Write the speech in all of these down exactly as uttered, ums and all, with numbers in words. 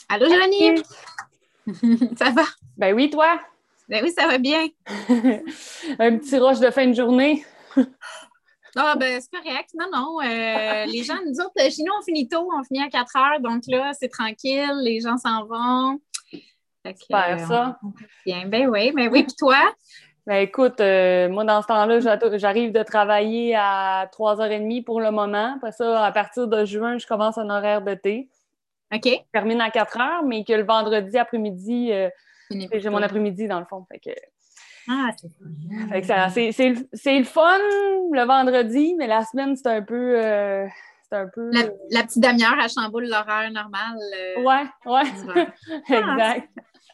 Allô, Joanie? Ça va? Ben oui, toi? Ben oui, ça va bien. Un petit rush de fin de journée. Ah, ben c'est correct. Non, non. euh, les gens, nous autres, chez nous, on finit tôt. On finit à quatre heures. Donc là, c'est tranquille. Les gens s'en vont. Fait que, Super, euh, ça. on bien. Ben oui, ben oui. Puis toi? Ben écoute, euh, moi, dans ce temps-là, j'a- j'arrive de travailler à trois heures trente pour le moment. Après ça, à partir de juin, je commence un horaire de thé. OK. Je termine à quatre heures, mais que le vendredi après-midi, euh, Fini plus j'ai mon tôt. après-midi, dans le fond. Fait que, Ah, c'est ça. fait que ça- c'est, c'est, le, c'est le fun le vendredi, mais la semaine, c'est un peu... euh, c'est un peu... La, la petite demi-heure, elle chamboule l'horaire normal euh, Ouais, ouais, d'hiver. Ah, exact.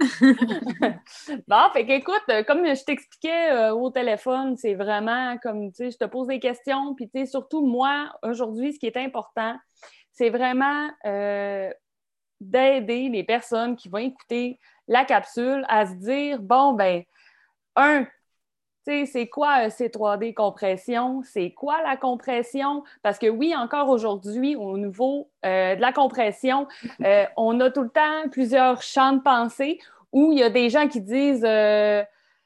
Bon, fait qu'écoute, euh, comme je t'expliquais euh, au téléphone, c'est vraiment comme, tu sais, je te pose des questions, puis tu sais, surtout moi, aujourd'hui, ce qui est important, c'est vraiment euh, d'aider les personnes qui vont écouter la capsule à se dire, bon, ben, un, tu sais, c'est quoi euh, C trois D compression? C'est quoi la compression? Parce que oui, encore aujourd'hui, au niveau euh, de la compression, euh, on a tout le temps plusieurs champs de pensée où il y a des gens qui disent euh,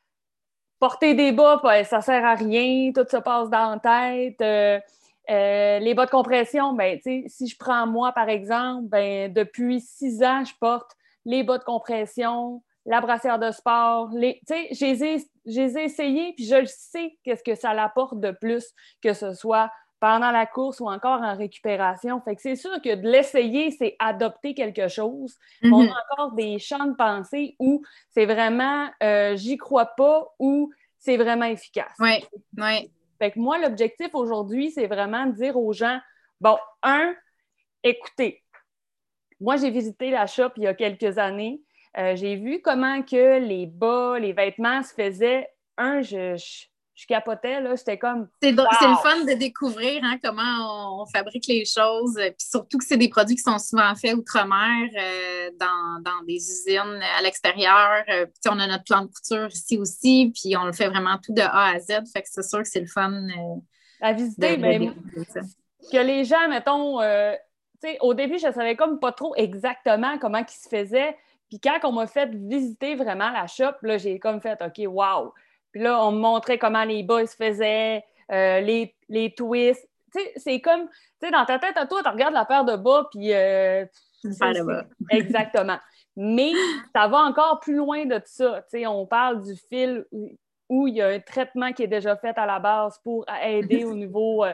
porter des bas, ben, ça sert à rien, tout se passe dans la tête. Euh, euh, les bas de compression, ben, si je prends moi, par exemple, ben, depuis six ans, je porte les bas de compression, la brassière de sport. Les, je les ai, je les ai essayés, puis je sais qu'est-ce que ça l'apporte de plus, que ce soit pendant la course ou encore en récupération. Fait que c'est sûr que de l'essayer, c'est adopter quelque chose. Mais on Mhm. a encore des champs de pensée où c'est vraiment euh, j'y crois pas ou c'est vraiment efficace. Oui, oui. Fait que moi, l'objectif aujourd'hui, c'est vraiment de dire aux gens, bon, un, écoutez, moi, j'ai visité la shop il y a quelques années. Euh, j'ai vu comment que les bas, les vêtements se faisaient. Un, je, je, je capotais, là. J'étais comme, C'est, dr- c'est le wow! fun de découvrir hein, comment on, on fabrique les choses. euh, Puis surtout que c'est des produits qui sont souvent faits outre-mer, euh, dans, dans des usines à l'extérieur. Euh, puis on a notre plan de couture ici aussi, puis on le fait vraiment tout de A à Z. Fait que c'est sûr que c'est le fun euh, À de, visiter, de ben, découvrir ça. que les gens, mettons, euh, tu sais, au début, je savais comme pas trop exactement comment ils se faisait. Puis quand on m'a fait visiter vraiment la shop, là, j'ai comme fait, OK, wow! Puis là, on me montrait comment les bas se faisaient, euh, les, les twists. Tu sais, c'est comme, tu sais, dans ta tête à toi, tu regardes la paire de bas, puis euh, Une tu sais, paire de bas. c'est exactement. Mais ça va encore plus loin de ça. Tu sais, on parle du fil où, où il y a un traitement qui est déjà fait à la base pour aider au niveau euh,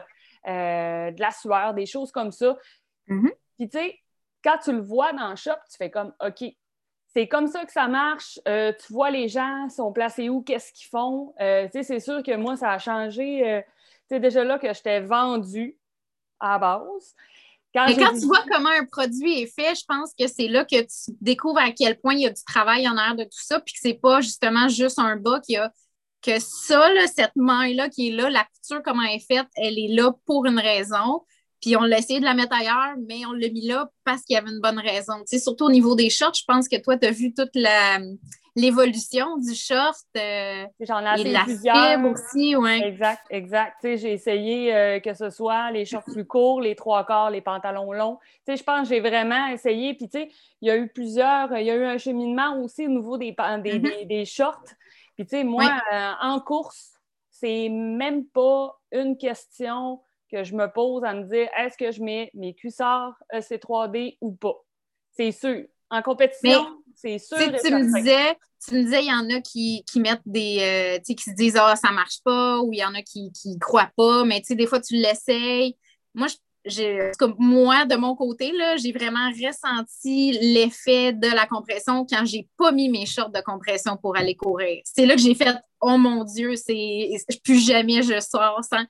euh, de la sueur, des choses comme ça. Mhm. Puis, tu sais, quand tu le vois dans le shop, tu fais comme, OK, c'est comme ça que ça marche. Euh, tu vois les gens sont placés où, qu'est-ce qu'ils font. Euh, tu sais, c'est sûr que moi, ça a changé. Euh, tu sais, déjà là que j'étais vendue à la base. Quand Mais j'ai quand tu vois visité, comment un produit est fait, je pense que c'est là que tu découvres à quel point il y a du travail en arrière de tout ça, puis que c'est pas justement juste un bas qui a que ça, là, cette maille-là qui est là, la couture, comment elle est faite, elle est là pour une raison. Puis on l'a essayé de la mettre ailleurs, mais on l'a mis là parce qu'il y avait une bonne raison. Tu sais, surtout au niveau des shorts, je pense que toi, tu as vu toute la, l'évolution du short euh, j'en ai et de essayé la fibre plusieurs. aussi, ouais. Exact, exact. Tu sais, j'ai essayé euh, que ce soit les shorts plus courts, les trois quarts, les pantalons longs. Tu sais, je pense que j'ai vraiment essayé. Puis, tu sais, il y a eu plusieurs, il y a eu un cheminement aussi au niveau des, des, Mm-hmm. des, des shorts. Puis, tu sais, moi, Oui. euh, en course, c'est même pas une question que je me pose à me dire est-ce que je mets mes cuissards E C trois D ou pas? C'est sûr. En compétition, Mais c'est tu sûr sais, et tu me certain. disais, tu me disais, il y en a qui, qui mettent des, euh, tu sais, qui se disent, ah, ça marche pas, ou il y en a qui, qui croient pas, mais tu sais, des fois, tu l'essayes. Moi, je- j'ai, en tout cas, moi, de mon côté, là, j'ai vraiment ressenti l'effet de la compression quand j'ai pas mis mes shorts de compression pour aller courir. C'est là que j'ai fait, oh mon Dieu, c'est, plus jamais je sors sans.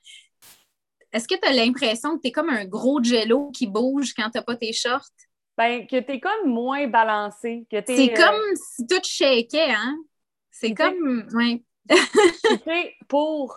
Est-ce que tu as l'impression que tu es comme un gros jello qui bouge quand tu n'as pas tes shorts? Ben, que tu es comme moins balancé, que tu C'est es. comme si tout shakeait, hein? C'est Puis, tu sais, comme, ouais. Puis, tu sais, pour,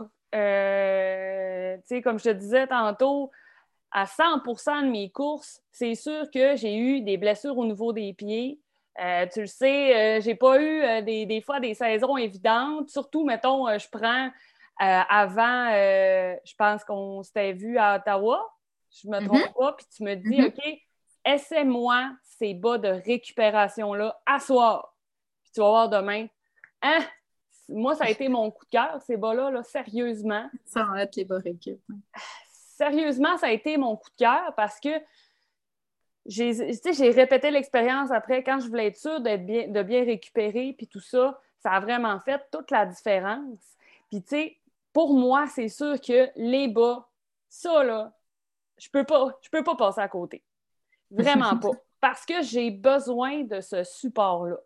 euh, tu sais, comme je te disais tantôt, à cent pour cent de mes courses, c'est sûr que j'ai eu des blessures au niveau des pieds. Euh, tu le sais, euh, j'ai pas eu euh, des, des fois des saisons évidentes. Surtout, mettons, euh, je prends euh, avant, euh, je pense qu'on s'était vu à Ottawa, je me Mhm, trompe pas, puis tu me dis, mhm. OK, essaie-moi ces bas de récupération-là à soir. Puis tu vas voir demain. Hein? Moi, ça a été mon coup de cœur, ces bas-là, là, sérieusement. Ça va être les bas récup. Sérieusement, ça a été mon coup de cœur parce que j'ai, j'ai répété l'expérience après quand je voulais être sûre d'être bien, de bien récupérer, puis tout ça, ça a vraiment fait toute la différence. Puis, tu sais, pour moi, c'est sûr que les bas, ça, là, je peux pas, je peux pas passer à côté. Vraiment pas. Parce que j'ai besoin de ce support-là.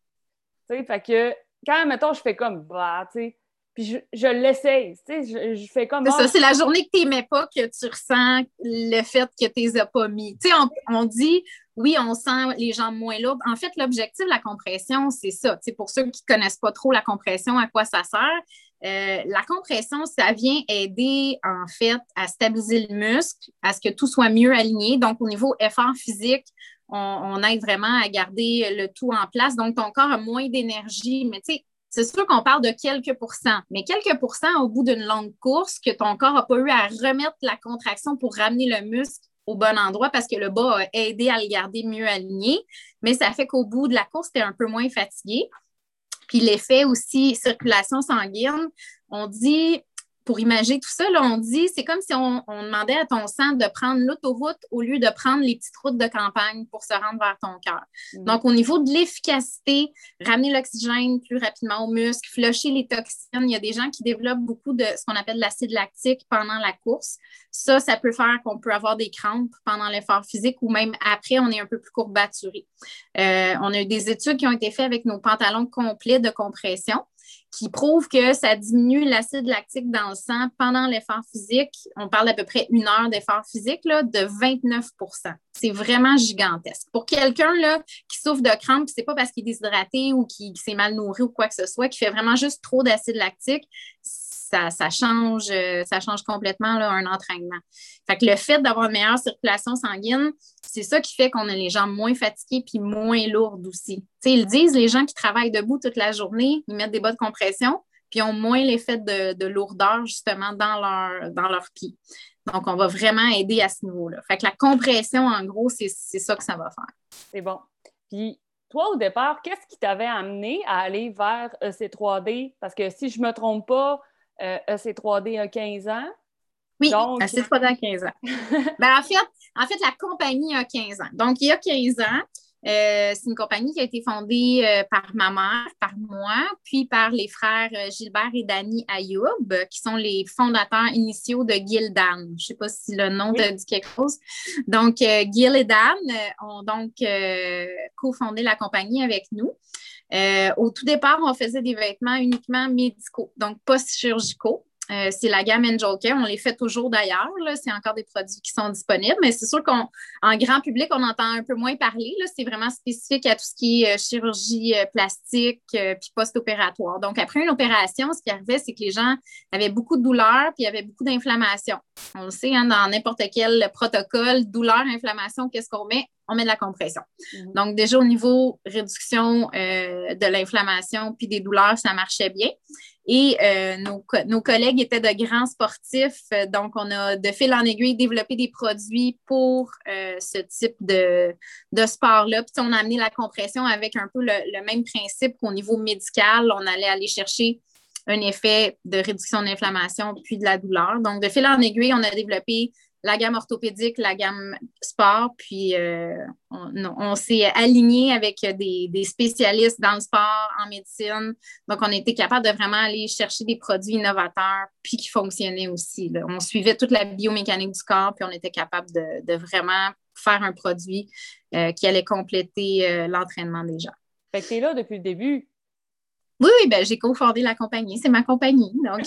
Tu sais, fait que quand, mettons, je fais comme, bah, tu sais, puis je, je l'essaye, tu sais, je, je fais comme... C'est ça, oh, c'est la journée que tu n'aimais pas que tu ressens le fait que tu les as pas mis. Tu sais, on, on dit, oui, on sent les jambes moins lourdes. En fait, l'objectif de la compression, c'est ça. Tu sais, pour ceux qui ne connaissent pas trop la compression, à quoi ça sert, euh, la compression, ça vient aider, en fait, à stabiliser le muscle, à ce que tout soit mieux aligné. Donc, au niveau effort physique, on, on aide vraiment à garder le tout en place. Donc, ton corps a moins d'énergie, mais tu sais, c'est sûr qu'on parle de quelques pourcents, mais quelques pourcents au bout d'une longue course que ton corps n'a pas eu à remettre la contraction pour ramener le muscle au bon endroit parce que le bas a aidé à le garder mieux aligné, mais ça fait qu'au bout de la course, tu es un peu moins fatigué. Puis l'effet aussi circulation sanguine, on dit, pour imager tout ça, là, on dit, c'est comme si on, on demandait à ton sang de prendre l'autoroute au lieu de prendre les petites routes de campagne pour se rendre vers ton cœur. Mmh. Donc, au niveau de l'efficacité, ramener l'oxygène plus rapidement aux muscles, flusher les toxines. Il y a des gens qui développent beaucoup de ce qu'on appelle l'acide lactique pendant la course. Ça, ça peut faire qu'on peut avoir des crampes pendant l'effort physique ou même après, on est un peu plus courbaturé. Euh, on a eu des études qui ont été faites avec nos pantalons complets de compression qui prouvent que ça diminue l'acide lactique dans le sang pendant l'effort physique. On parle d'à peu près une heure d'effort physique, là, de vingt-neuf pour cent. C'est vraiment gigantesque. Pour quelqu'un là, qui souffre de crampes, c'est pas parce qu'il est déshydraté ou qu'il s'est mal nourri ou quoi que ce soit, qui fait vraiment juste trop d'acide lactique, ça, ça, change, ça change complètement là, un entraînement. Fait que le fait d'avoir une meilleure circulation sanguine, c'est ça qui fait qu'on a les jambes moins fatiguées puis moins lourdes aussi. T'sais, ils disent, les gens qui travaillent debout toute la journée, ils mettent des bas de compression puis ont moins l'effet de, de lourdeur justement dans leur, dans leurs pieds. Donc, on va vraiment aider à ce niveau-là. Fait que la compression, en gros, c'est, c'est ça que ça va faire. C'est bon. Puis, toi, au départ, qu'est-ce qui t'avait amené à aller vers E C trois D? Parce que si je ne me trompe pas, euh, E C trois D a quinze ans. Oui, donc... E C trois D a quinze ans. ben, en, fait, en fait, la compagnie a quinze ans. Donc, il y a quinze ans, euh, c'est une compagnie qui a été fondée euh, par ma mère, par moi, puis par les frères euh, Gilbert et Danny Ayoub, qui sont les fondateurs initiaux de Gildan. Je ne sais pas si le nom oui. te dit quelque chose. Donc, euh, Gil et Dan euh, ont donc euh, cofondé la compagnie avec nous. Euh, au tout départ, on faisait des vêtements uniquement médicaux, donc pas chirurgicaux. Euh, c'est la gamme Angel Care. On les fait toujours d'ailleurs. Là. C'est encore des produits qui sont disponibles, mais c'est sûr qu'en grand public, on entend un peu moins parler. Là. C'est vraiment spécifique à tout ce qui est euh, chirurgie euh, plastique euh, puis post-opératoire. Donc, après une opération, ce qui arrivait, c'est que les gens avaient beaucoup de douleur puis il y avait beaucoup d'inflammation. On le sait, hein, dans n'importe quel protocole, douleur, inflammation, qu'est-ce qu'on met? On met de la compression. Mm-hmm. Donc, déjà, au niveau réduction euh, de l'inflammation puis des douleurs, ça marchait bien. Et euh, nos, nos collègues étaient de grands sportifs, donc on a de fil en aiguille développé des produits pour euh, ce type de, de sport-là. Puis on a amené la compression avec un peu le, le même principe qu'au niveau médical. On allait aller chercher un effet de réduction de l'inflammation puis de la douleur. Donc, de fil en aiguille, on a développé la gamme orthopédique, la gamme sport, puis euh, on, on s'est aligné avec des, des spécialistes dans le sport, en médecine. Donc, on a été capable de vraiment aller chercher des produits innovateurs, puis qui fonctionnaient aussi. Là. On suivait toute la biomécanique du corps, puis on était capable de, de vraiment faire un produit euh, qui allait compléter euh, l'entraînement des gens. Fait que tu es là depuis le début. Oui, oui, ben, j'ai cofondé la compagnie. C'est ma compagnie. Donc,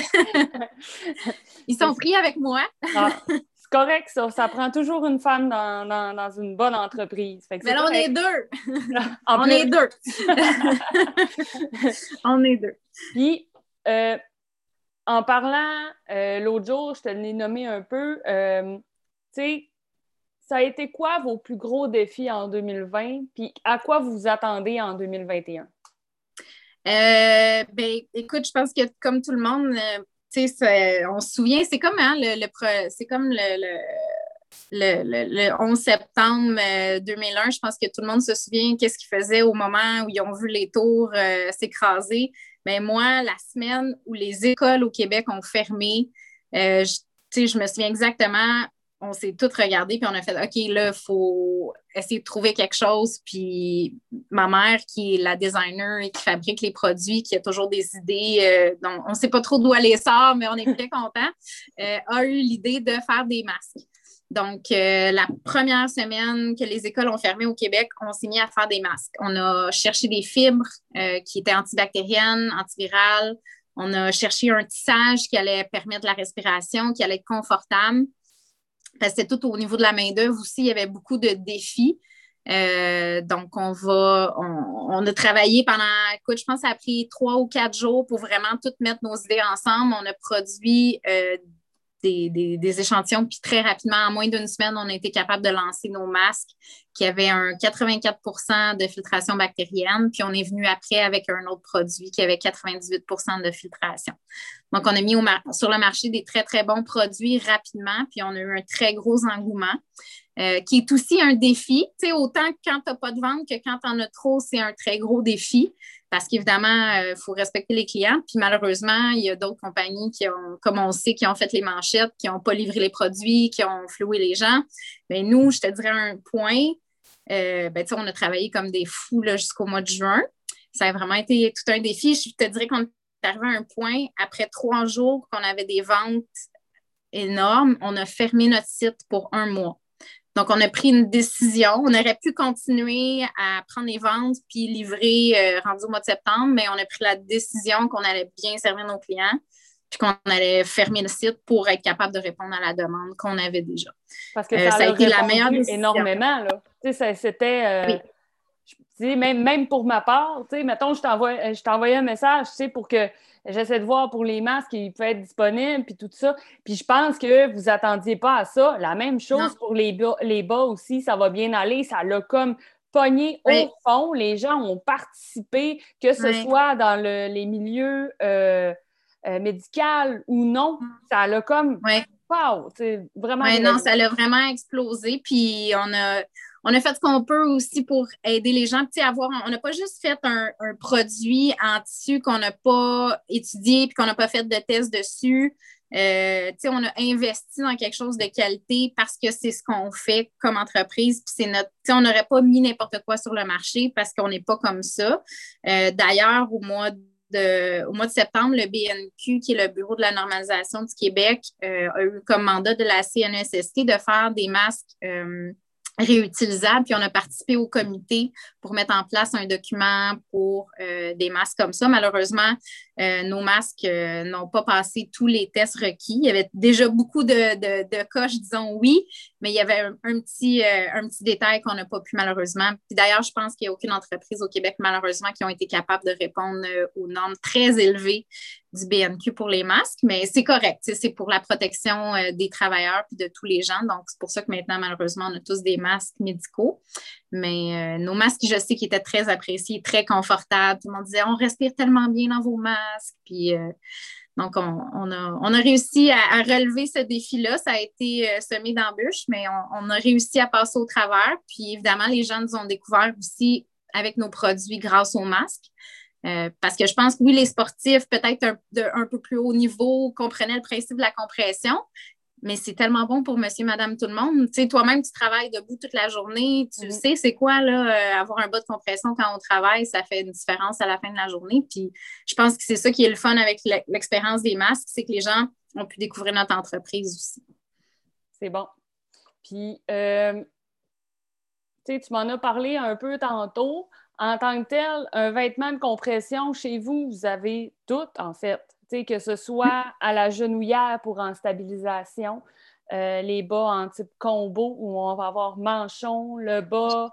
ils sont pris avec moi. Ah, c'est correct, ça. Ça prend toujours une femme dans, dans, dans une bonne entreprise. Fait que Mais là, on est deux. En on plus. est deux. On est deux. Puis, euh, en parlant, euh, l'autre jour, je te l'ai nommé un peu, euh, tu sais, ça a été quoi vos plus gros défis en deux mille vingt? Puis, à quoi vous vous attendez en deux mille vingt et un? Euh, ben, écoute, je pense que comme tout le monde, euh, tu sais, on se souvient, c'est comme, hein, le, le, c'est comme le, le, le, le, le onze septembre deux mille un, je pense que tout le monde se souvient qu'est-ce qu'ils faisaient au moment où ils ont vu les tours euh, s'écraser. Mais moi, la semaine où les écoles au Québec ont fermé, euh, je, je me souviens exactement, on s'est tous regardés, puis on a fait OK, là, il faut essayer de trouver quelque chose. Puis ma mère, qui est la designer et qui fabrique les produits, qui a toujours des idées, euh, dont on ne sait pas trop d'où elle les sort, mais on est très content, euh, a eu l'idée de faire des masques. Donc, euh, la première semaine que les écoles ont fermé au Québec, on s'est mis à faire des masques. On a cherché des fibres euh, qui étaient antibactériennes, antivirales. On a cherché un tissage qui allait permettre la respiration, qui allait être confortable. Parce que c'était tout au niveau de la main-d'œuvre aussi, il y avait beaucoup de défis. Euh, donc, on va, on, on a travaillé pendant, écoute, je pense que ça a pris trois ou quatre jours pour vraiment tout mettre nos idées ensemble. On a produit euh, Des, des, des échantillons, puis très rapidement, en moins d'une semaine, on a été capable de lancer nos masques qui avaient un quatre-vingt-quatre pour cent de filtration bactérienne, puis on est venu après avec un autre produit qui avait quatre-vingt-dix-huit pour cent de filtration. Donc, on a mis au mar- sur le marché des très, très bons produits rapidement, puis on a eu un très gros engouement, euh, qui est aussi un défi. Tu sais, autant quand tu n'as pas de vente que quand tu en as trop, c'est un très gros défi. Parce qu'évidemment, il euh, faut respecter les clients. Puis malheureusement, il y a d'autres compagnies qui ont, comme on sait, qui ont fait les manchettes, qui n'ont pas livré les produits, qui ont floué les gens. Mais nous, je te dirais un point, euh, ben, on a travaillé comme des fous là, jusqu'au mois de juin. Ça a vraiment été tout un défi. Je te dirais qu'on est arrivé à un point, après trois jours qu'on avait des ventes énormes, on a fermé notre site pour un mois. Donc, on a pris une décision. On aurait pu continuer à prendre les ventes puis livrer euh, rendu au mois de septembre, mais on a pris la décision qu'on allait bien servir nos clients puis qu'on allait fermer le site pour être capable de répondre à la demande qu'on avait déjà. Parce que ça, euh, ça a été la meilleure décision. Énormément, là. Tu sais, c'était... Euh... Oui. Je, même, même pour ma part, tu sais, mettons, je t'envoie, je t'envoyais un message, tu sais, pour que j'essaie de voir pour les masques qui peuvent être disponibles, puis tout ça. Puis je pense que vous attendiez pas à ça. La même chose non. Pour les bas, les bas aussi, ça va bien aller. Ça l'a comme pogné oui. Au fond. Les gens ont participé, que ce oui. Soit dans le, les milieux euh, euh, médicaux ou non. Ça l'a comme... Oui. Wow! Vraiment... Oui, non, ça l'a vraiment explosé. Puis on a... On a fait ce qu'on peut aussi pour aider les gens. Avoir, on n'a pas juste fait un, un produit en tissu qu'on n'a pas étudié et qu'on n'a pas fait de test dessus. Euh, on a investi dans quelque chose de qualité parce que c'est ce qu'on fait comme entreprise. Puis c'est notre, on n'aurait pas mis n'importe quoi sur le marché parce qu'on n'est pas comme ça. Euh, d'ailleurs, au mois de, au mois de septembre, le B N Q, qui est le Bureau de la normalisation du Québec, euh, a eu comme mandat de la C N E S S T de faire des masques euh, réutilisables, puis on a participé au comité pour mettre en place un document pour euh, des masques comme ça. Malheureusement, euh, nos masques euh, n'ont pas passé tous les tests requis. Il y avait déjà beaucoup de, de, de coches, disons oui, mais il y avait un, un, petit, euh, un petit détail qu'on n'a pas pu malheureusement. Puis d'ailleurs, je pense qu'il n'y a aucune entreprise au Québec, malheureusement, qui ont été capables de répondre euh, aux normes très élevées du B N Q pour les masques, mais c'est correct. C'est pour la protection euh, des travailleurs et de tous les gens. Donc, c'est pour ça que maintenant, malheureusement, on a tous des masques médicaux. Mais euh, nos masques, je sais qu'ils étaient très appréciés, très confortables. Tout le monde disait, on respire tellement bien dans vos masques. Puis, euh, donc, on, on, a, on a réussi à, à relever ce défi-là. Ça a été euh, semé d'embûches, mais on, on a réussi à passer au travers. Puis, évidemment, les gens nous ont découvert aussi avec nos produits grâce aux masques. Euh, parce que je pense que oui, les sportifs, peut-être un, de, un peu plus haut niveau, comprenaient le principe de la compression, mais c'est tellement bon pour monsieur, madame, tout le monde. Tu sais, toi-même, tu travailles debout toute la journée, tu mm-hmm. sais c'est quoi, là, euh, avoir un bas de compression quand on travaille, ça fait une différence à la fin de la journée. Puis je pense que c'est ça qui est le fun avec l'expérience des masques, c'est que les gens ont pu découvrir notre entreprise aussi. C'est bon. Puis, euh, tu sais, tu m'en as parlé un peu tantôt. En tant que tel, un vêtement de compression, chez vous, vous avez tout, en fait. T'sais, que ce soit à la genouillère pour en stabilisation, euh, les bas en type combo où on va avoir manchon, le bas.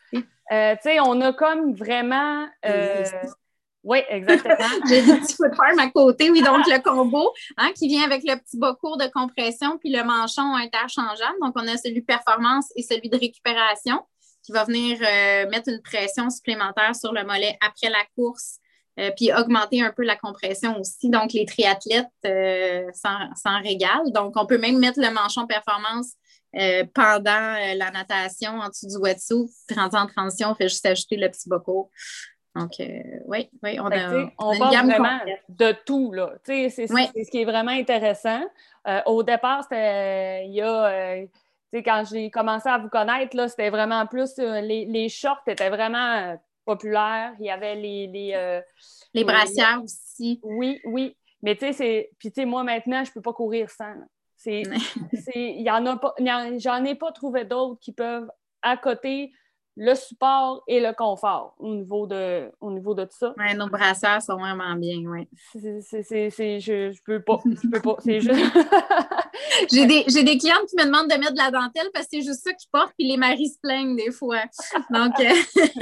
Euh, on a comme vraiment... Euh... Oui, exactement. J'ai des petits footwear à côté, oui, donc le combo hein, qui vient avec le petit bas court de compression puis le manchon interchangeable. Donc, on a celui performance et celui de récupération qui va venir euh, mettre une pression supplémentaire sur le mollet après la course Euh, puis augmenter un peu la compression aussi. Donc, les triathlètes euh, s'en, s'en régalent. Donc, on peut même mettre le manchon performance euh, pendant euh, la natation en dessous du wetsuit. Puis, rendu en transition, on fait juste ajouter le petit bocaux. Donc, euh, oui, oui, on Fait a, que, on on a une parle gamme vraiment complète. de tout, là. C'est, c'est, Oui. c'est ce qui est vraiment intéressant. Euh, au départ, c'était il y a... Euh, quand j'ai commencé à vous connaître, là, c'était vraiment plus... Euh, les, les shorts étaient vraiment euh, populaires. Il y avait les... Les, euh, les brassières les... aussi. Oui, oui. Mais tu sais, c'est... Puis tu sais, moi, maintenant, je ne peux pas courir sans. Là. C'est... c'est... Il y en a pas... J'en ai pas trouvé d'autres qui peuvent, à côté, le support et le confort au niveau de, au niveau de tout ça. Oui, nos brassières sont vraiment bien, oui. C'est, c'est, c'est, c'est, je, je peux pas. Je peux pas. C'est juste... j'ai, des, j'ai des clientes qui me demandent de mettre de la dentelle parce que c'est juste ça qu'ils portent, puis les maris se plaignent des fois. Donc, euh...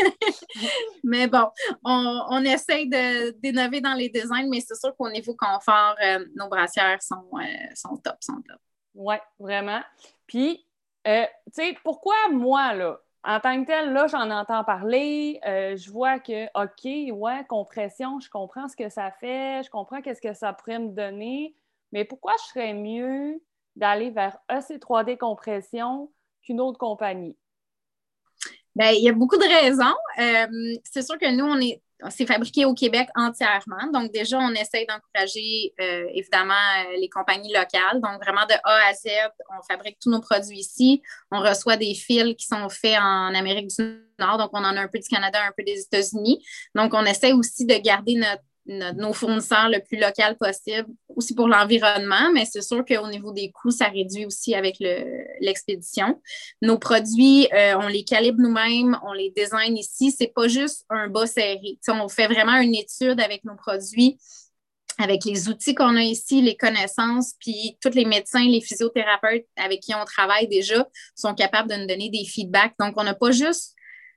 mais bon, on, on essaye de, d'innover dans les designs, mais c'est sûr qu'au niveau confort, euh, nos brassières sont, euh, sont top, sont top. Oui, vraiment. Puis, euh, tu sais, pourquoi moi, là, en tant que tel, là, j'en entends parler, euh, je vois que, OK, ouais, compression, je comprends ce que ça fait, je comprends qu'est-ce que ça pourrait me donner, mais pourquoi je serais mieux d'aller vers E C trois D Compression qu'une autre compagnie? Bien, il y a beaucoup de raisons. Euh, c'est sûr que nous, on est, c'est fabriqué au Québec entièrement. Donc, déjà, on essaye d'encourager, euh, évidemment, euh, les compagnies locales. Donc, vraiment de A à Z, on fabrique tous nos produits ici. On reçoit des fils qui sont faits en Amérique du Nord. Donc, on en a un peu du Canada, un peu des États-Unis. Donc, on essaie aussi de garder notre Notre, nos fournisseurs le plus local possible, aussi pour l'environnement, mais c'est sûr qu'au niveau des coûts, ça réduit aussi avec le, l'expédition. Nos produits, euh, on les calibre nous-mêmes, on les design ici. C'est pas juste un bas serré. T'sais, on fait vraiment une étude avec nos produits, avec les outils qu'on a ici, les connaissances, puis tous les médecins, les physiothérapeutes avec qui on travaille déjà sont capables de nous donner des feedbacks. Donc, on n'a pas juste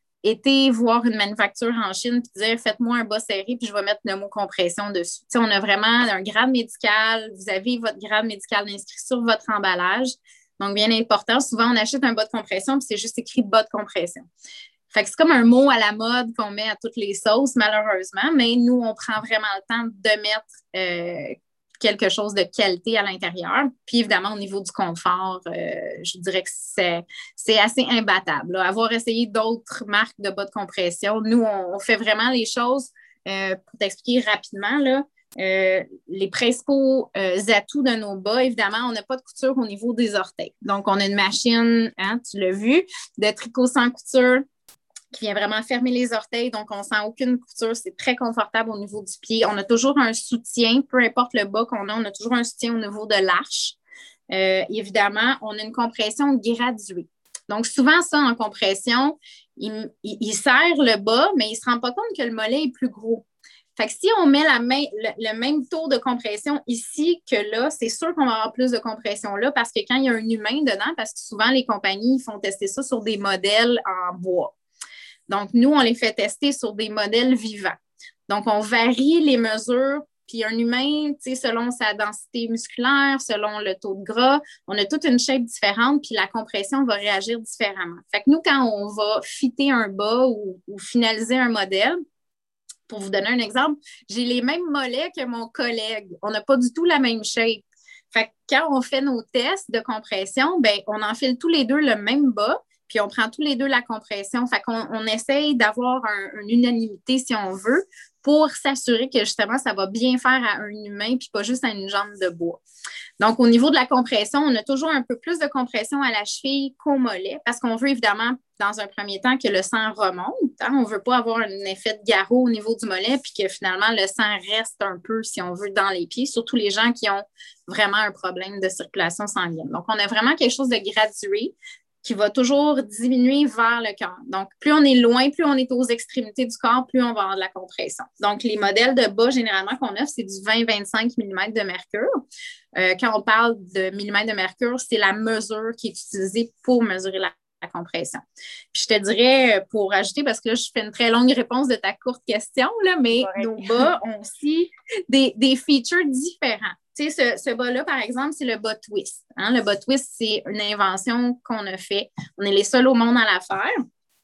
été voir une manufacture en Chine et dire faites-moi un bas serré puis je vais mettre le mot compression dessus. T'sais, on a vraiment un grade médical, vous avez votre grade médical inscrit sur votre emballage. Donc, bien important, souvent on achète un bas de compression puis c'est juste écrit bas de compression. Fait que c'est comme un mot à la mode qu'on met à toutes les sauces, malheureusement, mais nous, on prend vraiment le temps de mettre euh, quelque chose de qualité à l'intérieur. Puis évidemment, au niveau du confort, euh, je dirais que c'est, c'est assez imbattable. Là. Avoir essayé d'autres marques de bas de compression, nous, on, on fait vraiment les choses, euh, pour t'expliquer rapidement, là, euh, les principaux euh, atouts de nos bas, évidemment, on n'a pas de couture au niveau des orteils. Donc, on a une machine, hein, tu l'as vu, de tricot sans couture, qui vient vraiment fermer les orteils, donc on ne sent aucune couture, c'est très confortable au niveau du pied. On a toujours un soutien, peu importe le bas qu'on a, on a toujours un soutien au niveau de l'arche. Euh, évidemment, on a une compression graduée. Donc, souvent, ça, en compression, il, il, il serre le bas, mais il ne se rend pas compte que le mollet est plus gros. Fait que si on met la main, le, le même taux de compression ici que là, c'est sûr qu'on va avoir plus de compression là parce que quand il y a un humain dedans, parce que souvent, les compagnies font tester ça sur des modèles en bois. Donc, nous, on les fait tester sur des modèles vivants. Donc, on varie les mesures, puis un humain, tu sais, selon sa densité musculaire, selon le taux de gras, on a toute une shape différente, puis la compression va réagir différemment. Fait que nous, quand on va fitter un bas ou, ou finaliser un modèle, pour vous donner un exemple, j'ai les mêmes mollets que mon collègue. On n'a pas du tout la même shape. Fait que quand on fait nos tests de compression, ben, on enfile tous les deux le même bas, puis on prend tous les deux la compression. Fait qu'on on essaye d'avoir un, une unanimité, si on veut, pour s'assurer que justement, ça va bien faire à un humain, puis pas juste à une jambe de bois. Donc, au niveau de la compression, on a toujours un peu plus de compression à la cheville qu'au mollet, parce qu'on veut évidemment, dans un premier temps, que le sang remonte. Hein? On ne veut pas avoir un effet de garrot au niveau du mollet, puis que finalement, le sang reste un peu, si on veut, dans les pieds, surtout les gens qui ont vraiment un problème de circulation sanguine. Donc, on a vraiment quelque chose de gradué qui va toujours diminuer vers le cœur. Donc, plus on est loin, plus on est aux extrémités du corps, plus on va avoir de la compression. Donc, les modèles de bas, généralement, qu'on offre, c'est du vingt à vingt-cinq millimètres de mercure. Euh, quand on parle de millimètres de mercure, c'est la mesure qui est utilisée pour mesurer la, la compression. Puis, je te dirais, pour ajouter, parce que là, je fais une très longue réponse de ta courte question, là, mais nos bas ont aussi des, des features différents. Tu sais, ce, ce bas-là, par exemple, c'est le bas twist. Hein? Le bas twist, c'est une invention qu'on a fait. On est les seuls au monde à la faire.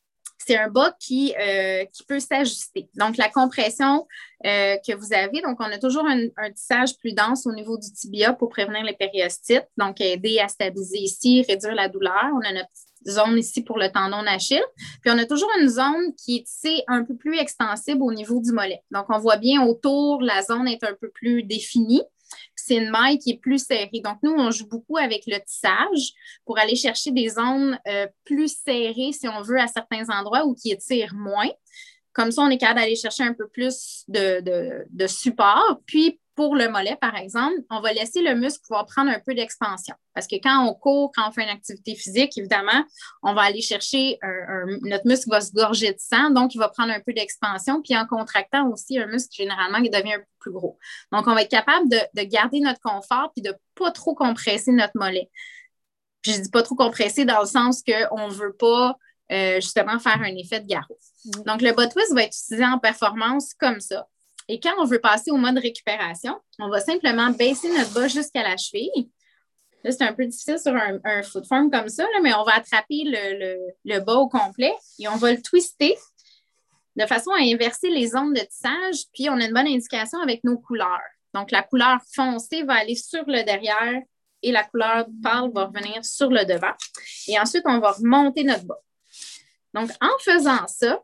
c'est un bas qui, euh, qui peut s'ajuster. Donc, la compression euh, que vous avez, donc on a toujours un, un tissage plus dense au niveau du tibia pour prévenir les périostites, donc aider à stabiliser ici, réduire la douleur. On a notre zone ici pour le tendon d'Achille. Puis, on a toujours une zone qui est tissée un peu plus extensible au niveau du mollet. Donc, on voit bien autour, la zone est un peu plus définie. C'est une maille qui est plus serrée. Donc, nous, on joue beaucoup avec le tissage pour aller chercher des zones euh, plus serrées, si on veut, à certains endroits ou qui étirent moins. Comme ça, on est capable d'aller chercher un peu plus de, de, de support. Puis, pour le mollet, par exemple, on va laisser le muscle pouvoir prendre un peu d'expansion. Parce que quand on court, quand on fait une activité physique, évidemment, on va aller chercher, un, un, notre muscle va se gorger de sang, donc il va prendre un peu d'expansion. Puis en contractant aussi, un muscle, généralement, il devient un peu plus gros. Donc, on va être capable de, de garder notre confort puis de ne pas trop compresser notre mollet. Puis je ne dis pas trop compresser dans le sens qu'on ne veut pas euh, justement faire un effet de garrot. Mmh. Donc, le bas twist va être utilisé en performance comme ça. Et quand on veut passer au mode récupération, on va simplement baisser notre bas jusqu'à la cheville. Là, c'est un peu difficile sur un, un foot form comme ça, là, mais on va attraper le, le, le bas au complet et on va le twister de façon à inverser les zones de tissage. Puis, on a une bonne indication avec nos couleurs. Donc, la couleur foncée va aller sur le derrière et la couleur pâle va revenir sur le devant. Et ensuite, on va remonter notre bas. Donc, en faisant ça,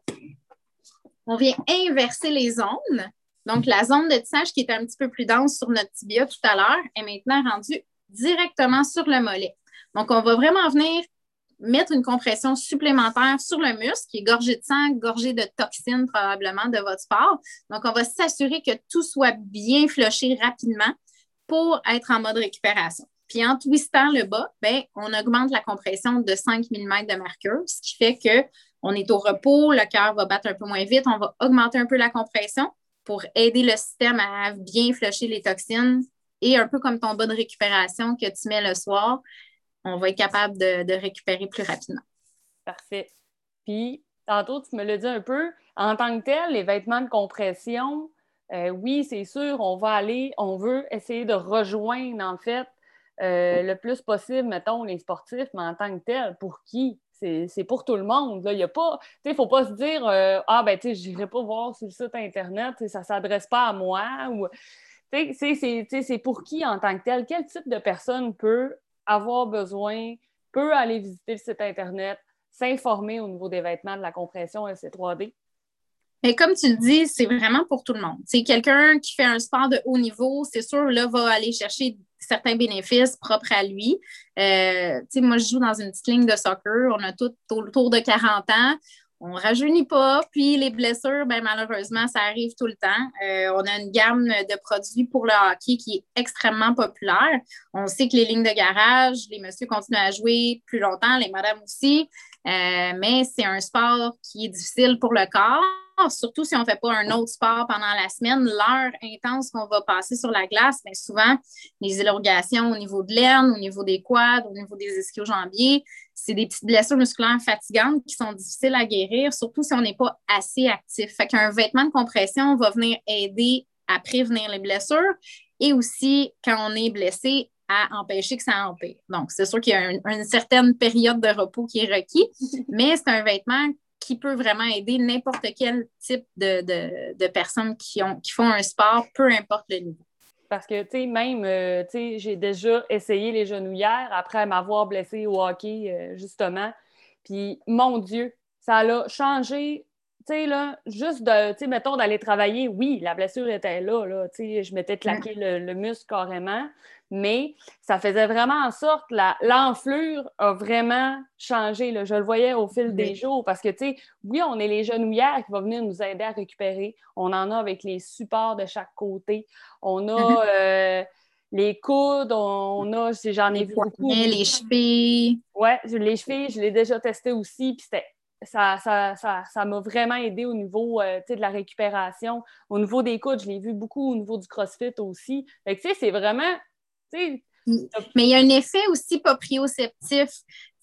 on vient inverser les zones. Donc, la zone de tissage qui était un petit peu plus dense sur notre tibia tout à l'heure est maintenant rendue directement sur le mollet. Donc, on va vraiment venir mettre une compression supplémentaire sur le muscle qui est gorgé de sang, gorgé de toxines probablement de votre sport. Donc, on va s'assurer que tout soit bien flushé rapidement pour être en mode récupération. Puis, en twistant le bas, bien, on augmente la compression de cinq millimètres de mercure, ce qui fait qu'on est au repos, le cœur va battre un peu moins vite, on va augmenter un peu la compression pour aider le système à bien flusher les toxines et un peu comme ton bas de récupération que tu mets le soir, on va être capable de, de récupérer plus rapidement. Parfait. Puis, tantôt, tu me l'as dit un peu, en tant que tel, les vêtements de compression, euh, oui, c'est sûr, on va aller, on veut essayer de rejoindre, en fait, euh, le plus possible, mettons, les sportifs, mais en tant que tel, pour qui? C'est, c'est pour tout le monde. Il ne faut pas se dire euh, ah, ben, tu sais, je n'irai pas voir sur le site Internet, ça ne s'adresse pas à moi. Ou, c'est, c'est, c'est pour qui en tant que tel? Quel type de personne peut avoir besoin, peut aller visiter le site Internet, s'informer au niveau des vêtements de la compression L C trois D? Mais comme tu le dis, c'est vraiment pour tout le monde. C'est quelqu'un qui fait un sport de haut niveau, c'est sûr, là, va aller chercher certains bénéfices propres à lui. Euh, moi, je joue dans une petite ligne de soccer. On a tout autour de quarante ans. On ne rajeunit pas. Puis les blessures, ben, malheureusement, ça arrive tout le temps. Euh, on a une gamme de produits pour le hockey qui est extrêmement populaire. On sait que les lignes de garage, les messieurs continuent à jouer plus longtemps, les madames aussi. Euh, mais c'est un sport qui est difficile pour le corps. Surtout si on ne fait pas un autre sport pendant la semaine, l'heure intense qu'on va passer sur la glace, bien souvent, les élogations au niveau de l'aine, au niveau des quads, au niveau des ischio-jambiers, c'est des petites blessures musculaires fatigantes qui sont difficiles à guérir, surtout si on n'est pas assez actif. Fait qu'un vêtement de compression va venir aider à prévenir les blessures et aussi, quand on est blessé, à empêcher que ça empire. Donc, c'est sûr qu'il y a une, une certaine période de repos qui est requis, mais c'est un vêtement qui peut vraiment aider n'importe quel type de, de, de personnes qui, ont, qui font un sport, peu importe le niveau. Parce que, tu sais, même, euh, tu sais, j'ai déjà essayé les genouillères après m'avoir blessée au hockey, euh, justement. Puis, mon Dieu, ça l'a changé. Tu sais, là, juste de, tu sais, mettons, d'aller travailler, oui, la blessure était là, là, tu sais, je m'étais claqué mmh. le, le muscle carrément, mais ça faisait vraiment en sorte, la, l'enflure a vraiment changé, là. Je le voyais au fil mmh. des jours, parce que, tu sais, oui, on est les genouillères qui vont venir nous aider à récupérer, on en a avec les supports de chaque côté, on a mmh. euh, les coudes, on a, j'en ai les vu poignets, beaucoup. Les chevilles. Oui, les chevilles, je l'ai déjà testé aussi, puis c'était Ça, ça, ça, ça m'a vraiment aidé au niveau euh, de la récupération. Au niveau des coudes, je l'ai vu beaucoup au niveau du CrossFit aussi. Fait que, tu sais, c'est vraiment... Mais il y a un effet aussi proprioceptif. Tu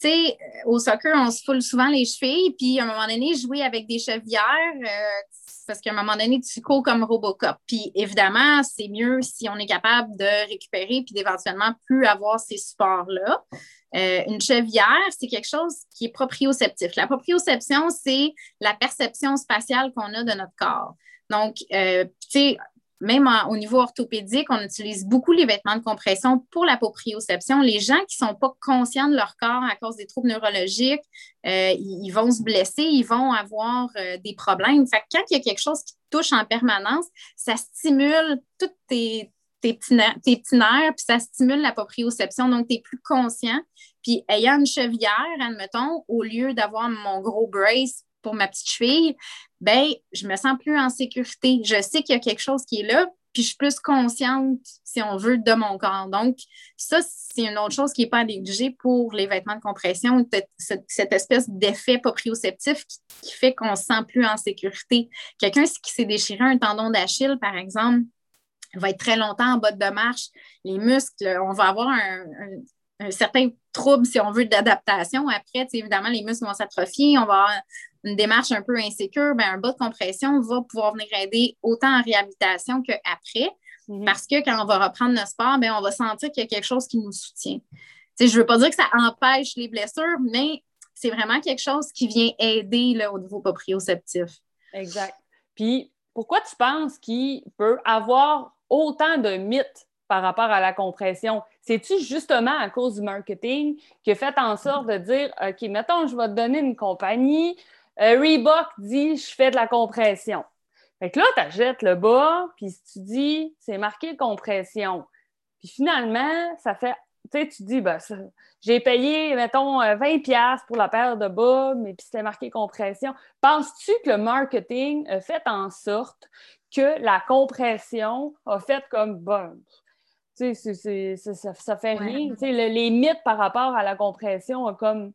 sais, au soccer, on se foule souvent les chevilles, puis à un moment donné, jouer avec des chevillères, euh, parce qu'à un moment donné, tu cours comme Robocop. Puis évidemment, c'est mieux si on est capable de récupérer puis d'éventuellement plus avoir ces supports-là. Euh, une chevillère, c'est quelque chose qui est proprioceptif. La proprioception, c'est la perception spatiale qu'on a de notre corps. Donc, euh, tu sais, même en, au niveau orthopédique, on utilise beaucoup les vêtements de compression pour la proprioception. Les gens qui ne sont pas conscients de leur corps à cause des troubles neurologiques, euh, ils, ils vont se blesser, ils vont avoir euh, des problèmes. Fait que quand il y a quelque chose qui te touche en permanence, ça stimule toutes tes, tes, petits, nerfs, tes petits nerfs, puis ça stimule la proprioception. Donc, tu es plus conscient. Puis, ayant une chevillère, admettons, au lieu d'avoir mon gros brace pour ma petite cheville, ben je me sens plus en sécurité. Je sais qu'il y a quelque chose qui est là, puis je suis plus consciente, si on veut, de mon corps. Donc, ça, c'est une autre chose qui n'est pas à négliger pour les vêtements de compression, cette, cette espèce d'effet proprioceptif qui, qui fait qu'on ne se sent plus en sécurité. Quelqu'un qui s'est déchiré un tendon d'Achille, par exemple, va être très longtemps en botte de marche. Les muscles, on va avoir un, un, un certain trouble, si on veut, d'adaptation. Après, évidemment, les muscles vont s'atrophier, on va avoir une démarche un peu insécure, ben, un bas de compression va pouvoir venir aider autant en réhabilitation qu'après, mm-hmm. parce que quand on va reprendre notre sport, ben, on va sentir qu'il y a quelque chose qui nous soutient. T'sais, je ne veux pas dire que ça empêche les blessures, mais c'est vraiment quelque chose qui vient aider là, au niveau proprioceptif. Exact. Puis, pourquoi tu penses qu'il peut avoir autant de mythes par rapport à la compression? C'est-tu justement à cause du marketing qui a fait en sorte de dire, OK, mettons, je vais te donner une compagnie, Euh, Reebok dit « je fais de la compression ». Fait que là, tu achètes le bas, puis si tu dis « c'est marqué compression ». Puis finalement, ça fait, tu sais, tu dis ben, « j'ai payé, mettons, vingt dollars pour la paire de bas, mais puis c'était marqué compression ». Penses-tu que le marketing a fait en sorte que la compression a fait comme bon, tu sais, c'est, c'est, c'est, ça, ça fait rien. Ouais. Tu sais, le, les mythes par rapport à la compression ont comme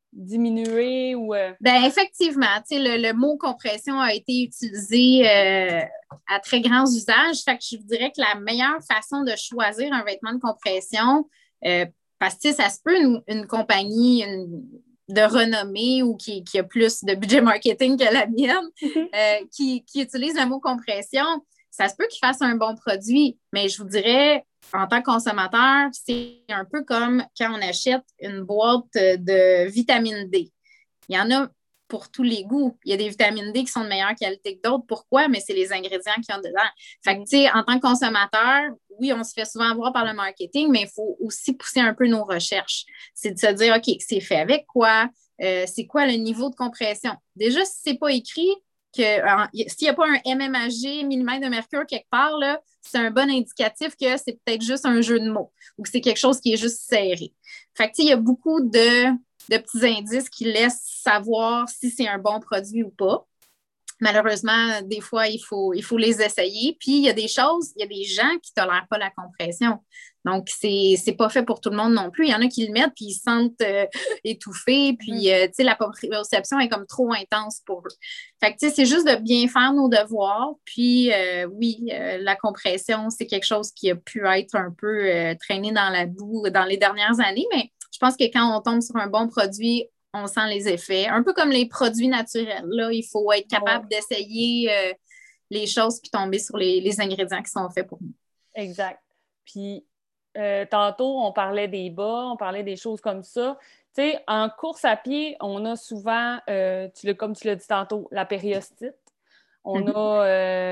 diminuer ou... Euh... Ben effectivement, tu sais, le, le mot compression a été utilisé euh, à très grands usages. Fait que je vous dirais que la meilleure façon de choisir un vêtement de compression, euh, parce que ça se peut une, une compagnie une, de renommée ou qui, qui a plus de budget marketing que la mienne, euh, qui, qui utilise le mot compression, ça se peut qu'il fasse un bon produit, mais je vous dirais, en tant que consommateur, c'est un peu comme quand on achète une boîte de vitamine D. Il y en a pour tous les goûts. Il y a des vitamines D qui sont de meilleure qualité que d'autres. Pourquoi? Mais c'est les ingrédients qu'il y a dedans. Fait que, tu sais, en tant que consommateur, oui, on se fait souvent avoir par le marketing, mais il faut aussi pousser un peu nos recherches. C'est de se dire, OK, c'est fait avec quoi? Euh, c'est quoi le niveau de compression? Déjà, si c'est pas écrit, que euh, s'il n'y a pas un M M A G, millimètre de mercure quelque part, là, c'est un bon indicatif que c'est peut-être juste un jeu de mots ou que c'est quelque chose qui est juste serré. Fait que, tu sais, il y a beaucoup de, de petits indices qui laissent savoir si c'est un bon produit ou pas. Malheureusement, des fois, il faut, il faut les essayer. Puis, il y a des choses, il y a des gens qui ne tolèrent pas la compression. Donc, c'est, c'est pas fait pour tout le monde non plus. Il y en a qui le mettent, puis ils se sentent euh, étouffés, puis, euh, tu sais, la proprioception est comme trop intense pour eux. Fait que, tu sais, c'est juste de bien faire nos devoirs. Puis, euh, oui, euh, la compression, c'est quelque chose qui a pu être un peu euh, traîné dans la boue dans les dernières années, mais je pense que quand on tombe sur un bon produit, on sent les effets. Un peu comme les produits naturels. Là, il faut être capable ouais. d'essayer euh, les choses puis tomber sur les, les ingrédients qui sont faits pour nous. Exact. Puis, euh, tantôt, on parlait des bas, on parlait des choses comme ça. Tu sais, en course à pied, on a souvent, euh, tu l'as, comme tu l'as dit tantôt, la périostite. On mm-hmm. a...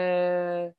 Euh,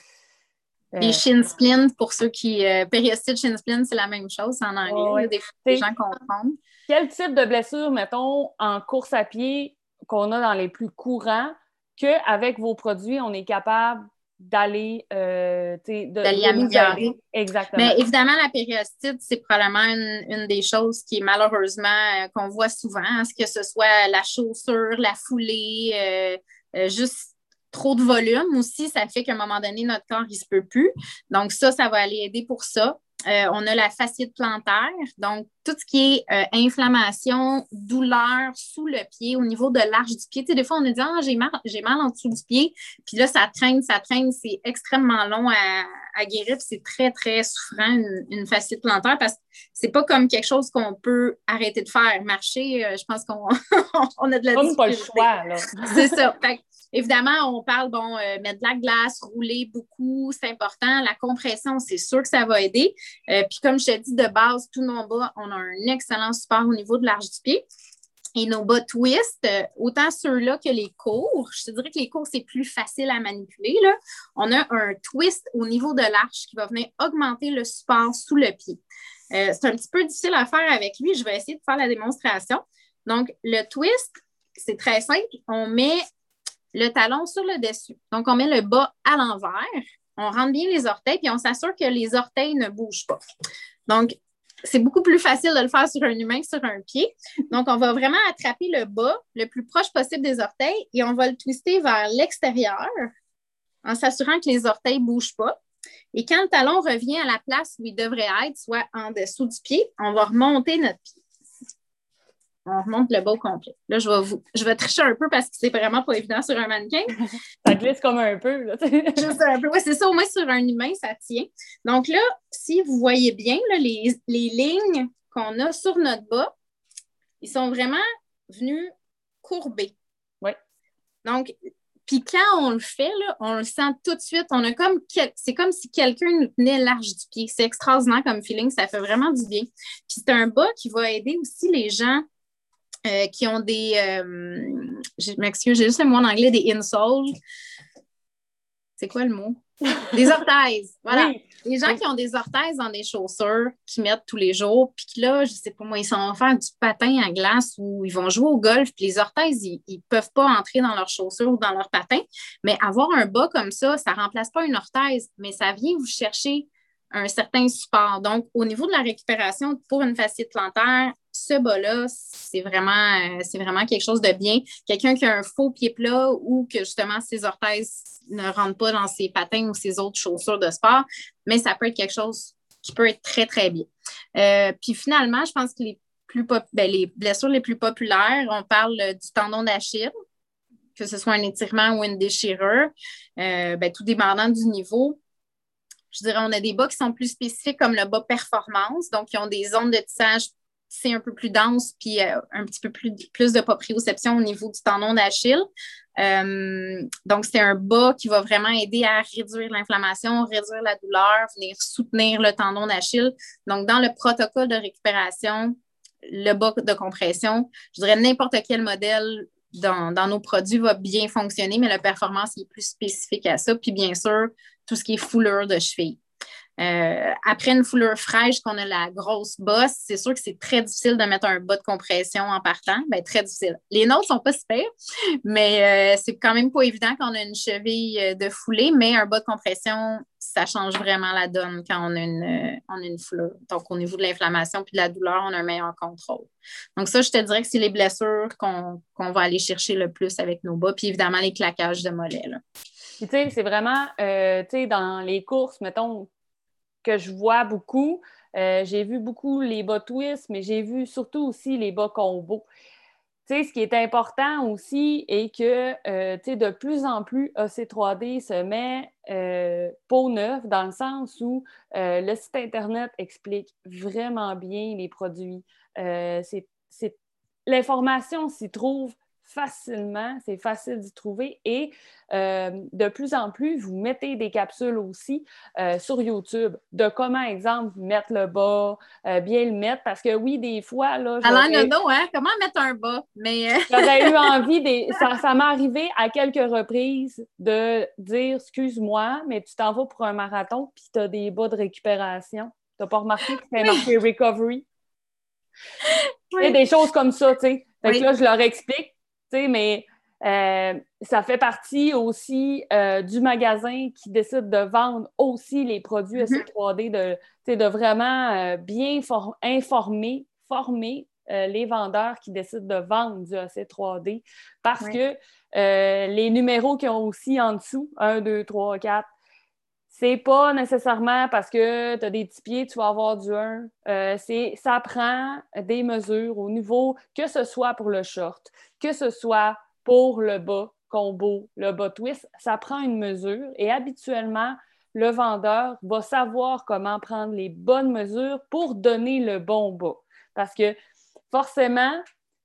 Les shin splints, pour ceux qui... Euh, périostite, shin splint, c'est la même chose en anglais. Oh, ouais. Des fois, les gens comprennent. Quel type de blessure, mettons, en course à pied qu'on a dans les plus courants, qu'avec vos produits, on est capable d'aller... Euh, de, d'aller améliorer. Exactement. Mais évidemment, la périostite, c'est probablement une, une des choses qui est malheureusement euh, qu'on voit souvent, hein, que ce soit la chaussure, la foulée, euh, euh, juste trop de volume aussi, ça fait qu'à un moment donné, notre corps, il se peut plus. Donc ça, ça va aller aider pour ça. Euh, on a la fasciite plantaire, donc tout ce qui est euh, inflammation, douleur sous le pied, au niveau de l'arche du pied. Tu sais, des fois, on a dit ah, j'ai mal, j'ai mal en dessous du pied, puis là, ça traîne, ça traîne, c'est extrêmement long à, à guérir, puis c'est très, très souffrant, une, une fasciite plantaire, parce que c'est pas comme quelque chose qu'on peut arrêter de faire. Marcher, euh, je pense qu'on on a de la Comme difficulté. pas le choix, là. C'est ça. Fait que, évidemment, on parle, bon, euh, mettre de la glace, rouler beaucoup, c'est important. La compression, c'est sûr que ça va aider. Euh, puis comme je te dis, de base, tous nos bas, on a un excellent support au niveau de l'arche du pied. Et nos bas twist, euh, autant ceux-là que les courts, je te dirais que les courts, c'est plus facile à manipuler, là. On a un twist au niveau de l'arche qui va venir augmenter le support sous le pied. Euh, c'est un petit peu difficile à faire avec lui. Je vais essayer de faire la démonstration. Donc, le twist, c'est très simple. On met le talon sur le dessus. Donc, on met le bas à l'envers. On rentre bien les orteils, puis on s'assure que les orteils ne bougent pas. Donc, c'est beaucoup plus facile de le faire sur un humain que sur un pied. Donc, on va vraiment attraper le bas le plus proche possible des orteils et on va le twister vers l'extérieur en s'assurant que les orteils ne bougent pas. Et quand le talon revient à la place où il devrait être, soit en dessous du pied, on va remonter notre pied. On remonte le bas au complet. Là, je vais, vous, je vais tricher un peu parce que c'est vraiment pas évident sur un mannequin. Ça glisse comme un peu. Là, Juste un peu. Oui, c'est ça. Au moins, sur un humain, ça tient. Donc là, si vous voyez bien, là, les, les lignes qu'on a sur notre bas, ils sont vraiment venus courbés. Oui. Donc, puis quand on le fait, là, on le sent tout de suite. On a comme c'est comme si quelqu'un nous tenait l'arche du pied. C'est extraordinaire comme feeling. Ça fait vraiment du bien. Puis c'est un bas qui va aider aussi les gens Euh, qui ont des, euh, je m'excuse, j'ai juste le mot en anglais, des insoles. C'est quoi le mot? Des orthèses. Voilà. Oui. Les gens oui. qui ont des orthèses dans des chaussures qu'ils mettent tous les jours, puis que là, je sais pas moi, ils s'en vont faire du patin à glace ou ils vont jouer au golf, puis les orthèses, ils ne peuvent pas entrer dans leurs chaussures ou dans leur patin. Mais avoir un bas comme ça, ça ne remplace pas une orthèse, mais ça vient vous chercher un certain support. Donc, au niveau de la récupération pour une fasciite plantaire, ce bas-là, c'est vraiment, euh, c'est vraiment quelque chose de bien. Quelqu'un qui a un faux pied plat ou que justement ses orthèses ne rentrent pas dans ses patins ou ses autres chaussures de sport, mais ça peut être quelque chose qui peut être très, très bien. Euh, puis finalement, je pense que les, plus pop- ben, les blessures les plus populaires, on parle du tendon d'Achille, que ce soit un étirement ou une déchirure, euh, ben, tout dépendant du niveau. Je dirais, on a des bas qui sont plus spécifiques comme le bas performance, donc qui ont des zones de tissage tissées un peu plus denses puis euh, un petit peu plus, plus de proprioception au niveau du tendon d'Achille. Euh, donc, c'est un bas qui va vraiment aider à réduire l'inflammation, réduire la douleur, venir soutenir le tendon d'Achille. Donc, dans le protocole de récupération, le bas de compression, je dirais n'importe quel modèle dans, dans nos produits va bien fonctionner, mais la performance est plus spécifique à ça. Puis, bien sûr, tout ce qui est foulure de cheville. Euh, après une foulure fraîche, qu'on a la grosse bosse, c'est sûr que c'est très difficile de mettre un bas de compression en partant. Bien, très difficile. Les nôtres sont pas super, mais euh, c'est quand même pas évident quand on a une cheville de foulée, mais un bas de compression, ça change vraiment la donne quand on a une, euh, on a une foulure. Donc, au niveau de l'inflammation puis de la douleur, on a un meilleur contrôle. Donc, ça, je te dirais que c'est les blessures qu'on, qu'on va aller chercher le plus avec nos bas, puis évidemment, les claquages de mollets, là. Puis, tu sais, c'est vraiment, euh, tu sais, dans les courses, mettons, que je vois beaucoup, euh, j'ai vu beaucoup les bas twist, mais j'ai vu surtout aussi les bas combo. Tu sais, ce qui est important aussi est que, euh, tu sais, de plus en plus, A C trois D se met euh, peau neuve dans le sens où euh, le site Internet explique vraiment bien les produits. Euh, c'est, c'est... L'information s'y trouve facilement, c'est facile d'y trouver et euh, de plus en plus, vous mettez des capsules aussi euh, sur YouTube de comment, exemple, mettre le bas, euh, bien le mettre, parce que oui, des fois, là, Alain j'aurais, Nono, hein? Comment mettre un bas? Mais, euh... j'aurais eu envie, des, ça, ça m'est arrivé à quelques reprises de dire, excuse-moi, mais tu t'en vas pour un marathon puis tu as des bas de récupération. Tu n'as pas remarqué que c'était oui. marqué recovery? Oui. Et des choses comme ça, tu sais. Fait oui. que là, je leur explique, tu sais, mais euh, ça fait partie aussi euh, du magasin qui décide de vendre aussi les produits A C trois D, de, de vraiment euh, bien for- informer, former euh, les vendeurs qui décident de vendre du A C trois D parce oui. que euh, les numéros qu'ils ont aussi en dessous, un, deux, trois, quatre, c'est pas nécessairement parce que tu as des petits pieds, tu vas avoir du un. Euh, c'est, ça prend des mesures au niveau, que ce soit pour le short, que ce soit pour le bas combo, le bas twist, ça prend une mesure et habituellement, le vendeur va savoir comment prendre les bonnes mesures pour donner le bon bas. Parce que forcément,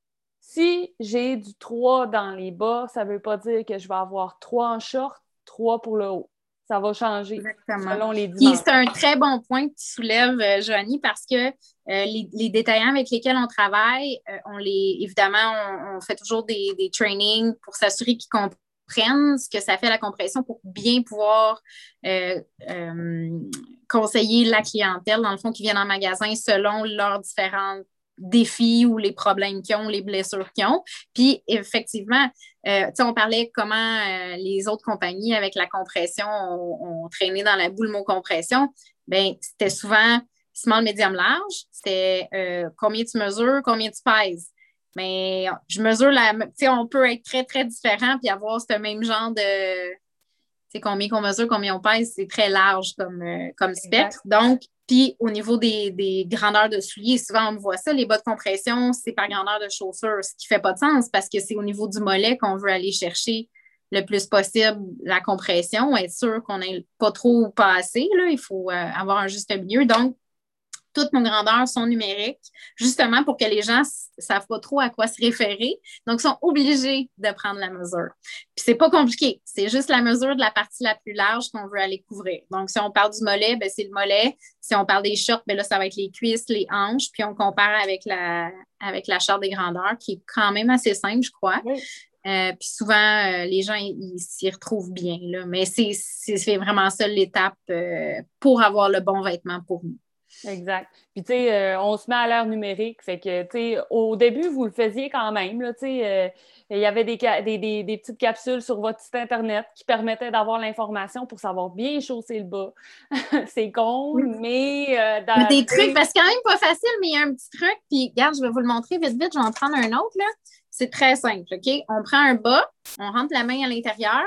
si j'ai du trois dans les bas, ça ne veut pas dire que je vais avoir trois en short, trois pour le haut. Ça va changer Exactement. selon les Puis dimensions. c'est un très bon point que tu soulèves, euh, Joanie, parce que euh, les, les détaillants avec lesquels on travaille, euh, on les, évidemment, on, on fait toujours des, des trainings pour s'assurer qu'ils comprennent ce que ça fait la compression pour bien pouvoir euh, euh, conseiller la clientèle, dans le fond, qui vient en magasin selon leurs différentes défis ou les problèmes qu'ils ont, les blessures qu'ils ont. Puis, effectivement, euh, tu sais, on parlait comment euh, les autres compagnies avec la compression ont, ont traîné dans la boule mot compression. Bien, c'était souvent small, medium, large. C'était euh, combien tu mesures, combien tu pèses. Mais je mesure la. Tu sais, on peut être très, très différent puis avoir ce même genre de. Tu sais, combien qu'on mesure, combien on pèse, c'est très large comme, euh, comme spectre. Exact. Donc, puis au niveau des, des grandeurs de souliers, souvent on me voit ça, les bas de compression, c'est par grandeur de chaussure, ce qui ne fait pas de sens parce que c'est au niveau du mollet qu'on veut aller chercher le plus possible la compression, être sûr qu'on n'ait pas trop ou pas assez. Là, il faut euh, avoir un juste milieu. Donc, toutes nos grandeurs sont numériques, justement pour que les gens ne savent pas trop à quoi se référer. Donc, ils sont obligés de prendre la mesure. Puis, c'est pas compliqué. C'est juste la mesure de la partie la plus large qu'on veut aller couvrir. Donc, si on parle du mollet, ben, c'est le mollet. Si on parle des shorts, ben là, ça va être les cuisses, les hanches. Puis, on compare avec la, avec la charte des grandeurs, qui est quand même assez simple, je crois. Oui. Euh, puis souvent, euh, les gens ils s'y retrouvent bien. Là. Mais c'est, c'est, c'est vraiment ça l'étape euh, pour avoir le bon vêtement pour nous. Exact. Puis, tu sais, euh, on se met à l'ère numérique. Fait que, tu sais, au début, vous le faisiez quand même. Là, tu sais, euh, il y avait des, des, des, des petites capsules sur votre site Internet qui permettaient d'avoir l'information pour savoir bien chausser le bas. C'est con, mais... Euh, dans, des trucs, parce que c'est quand même pas facile, mais il y a un petit truc. Puis, regarde, je vais vous le montrer vite, vite. Je vais en prendre un autre, là. C'est très simple, OK? On prend un bas, on rentre la main à l'intérieur,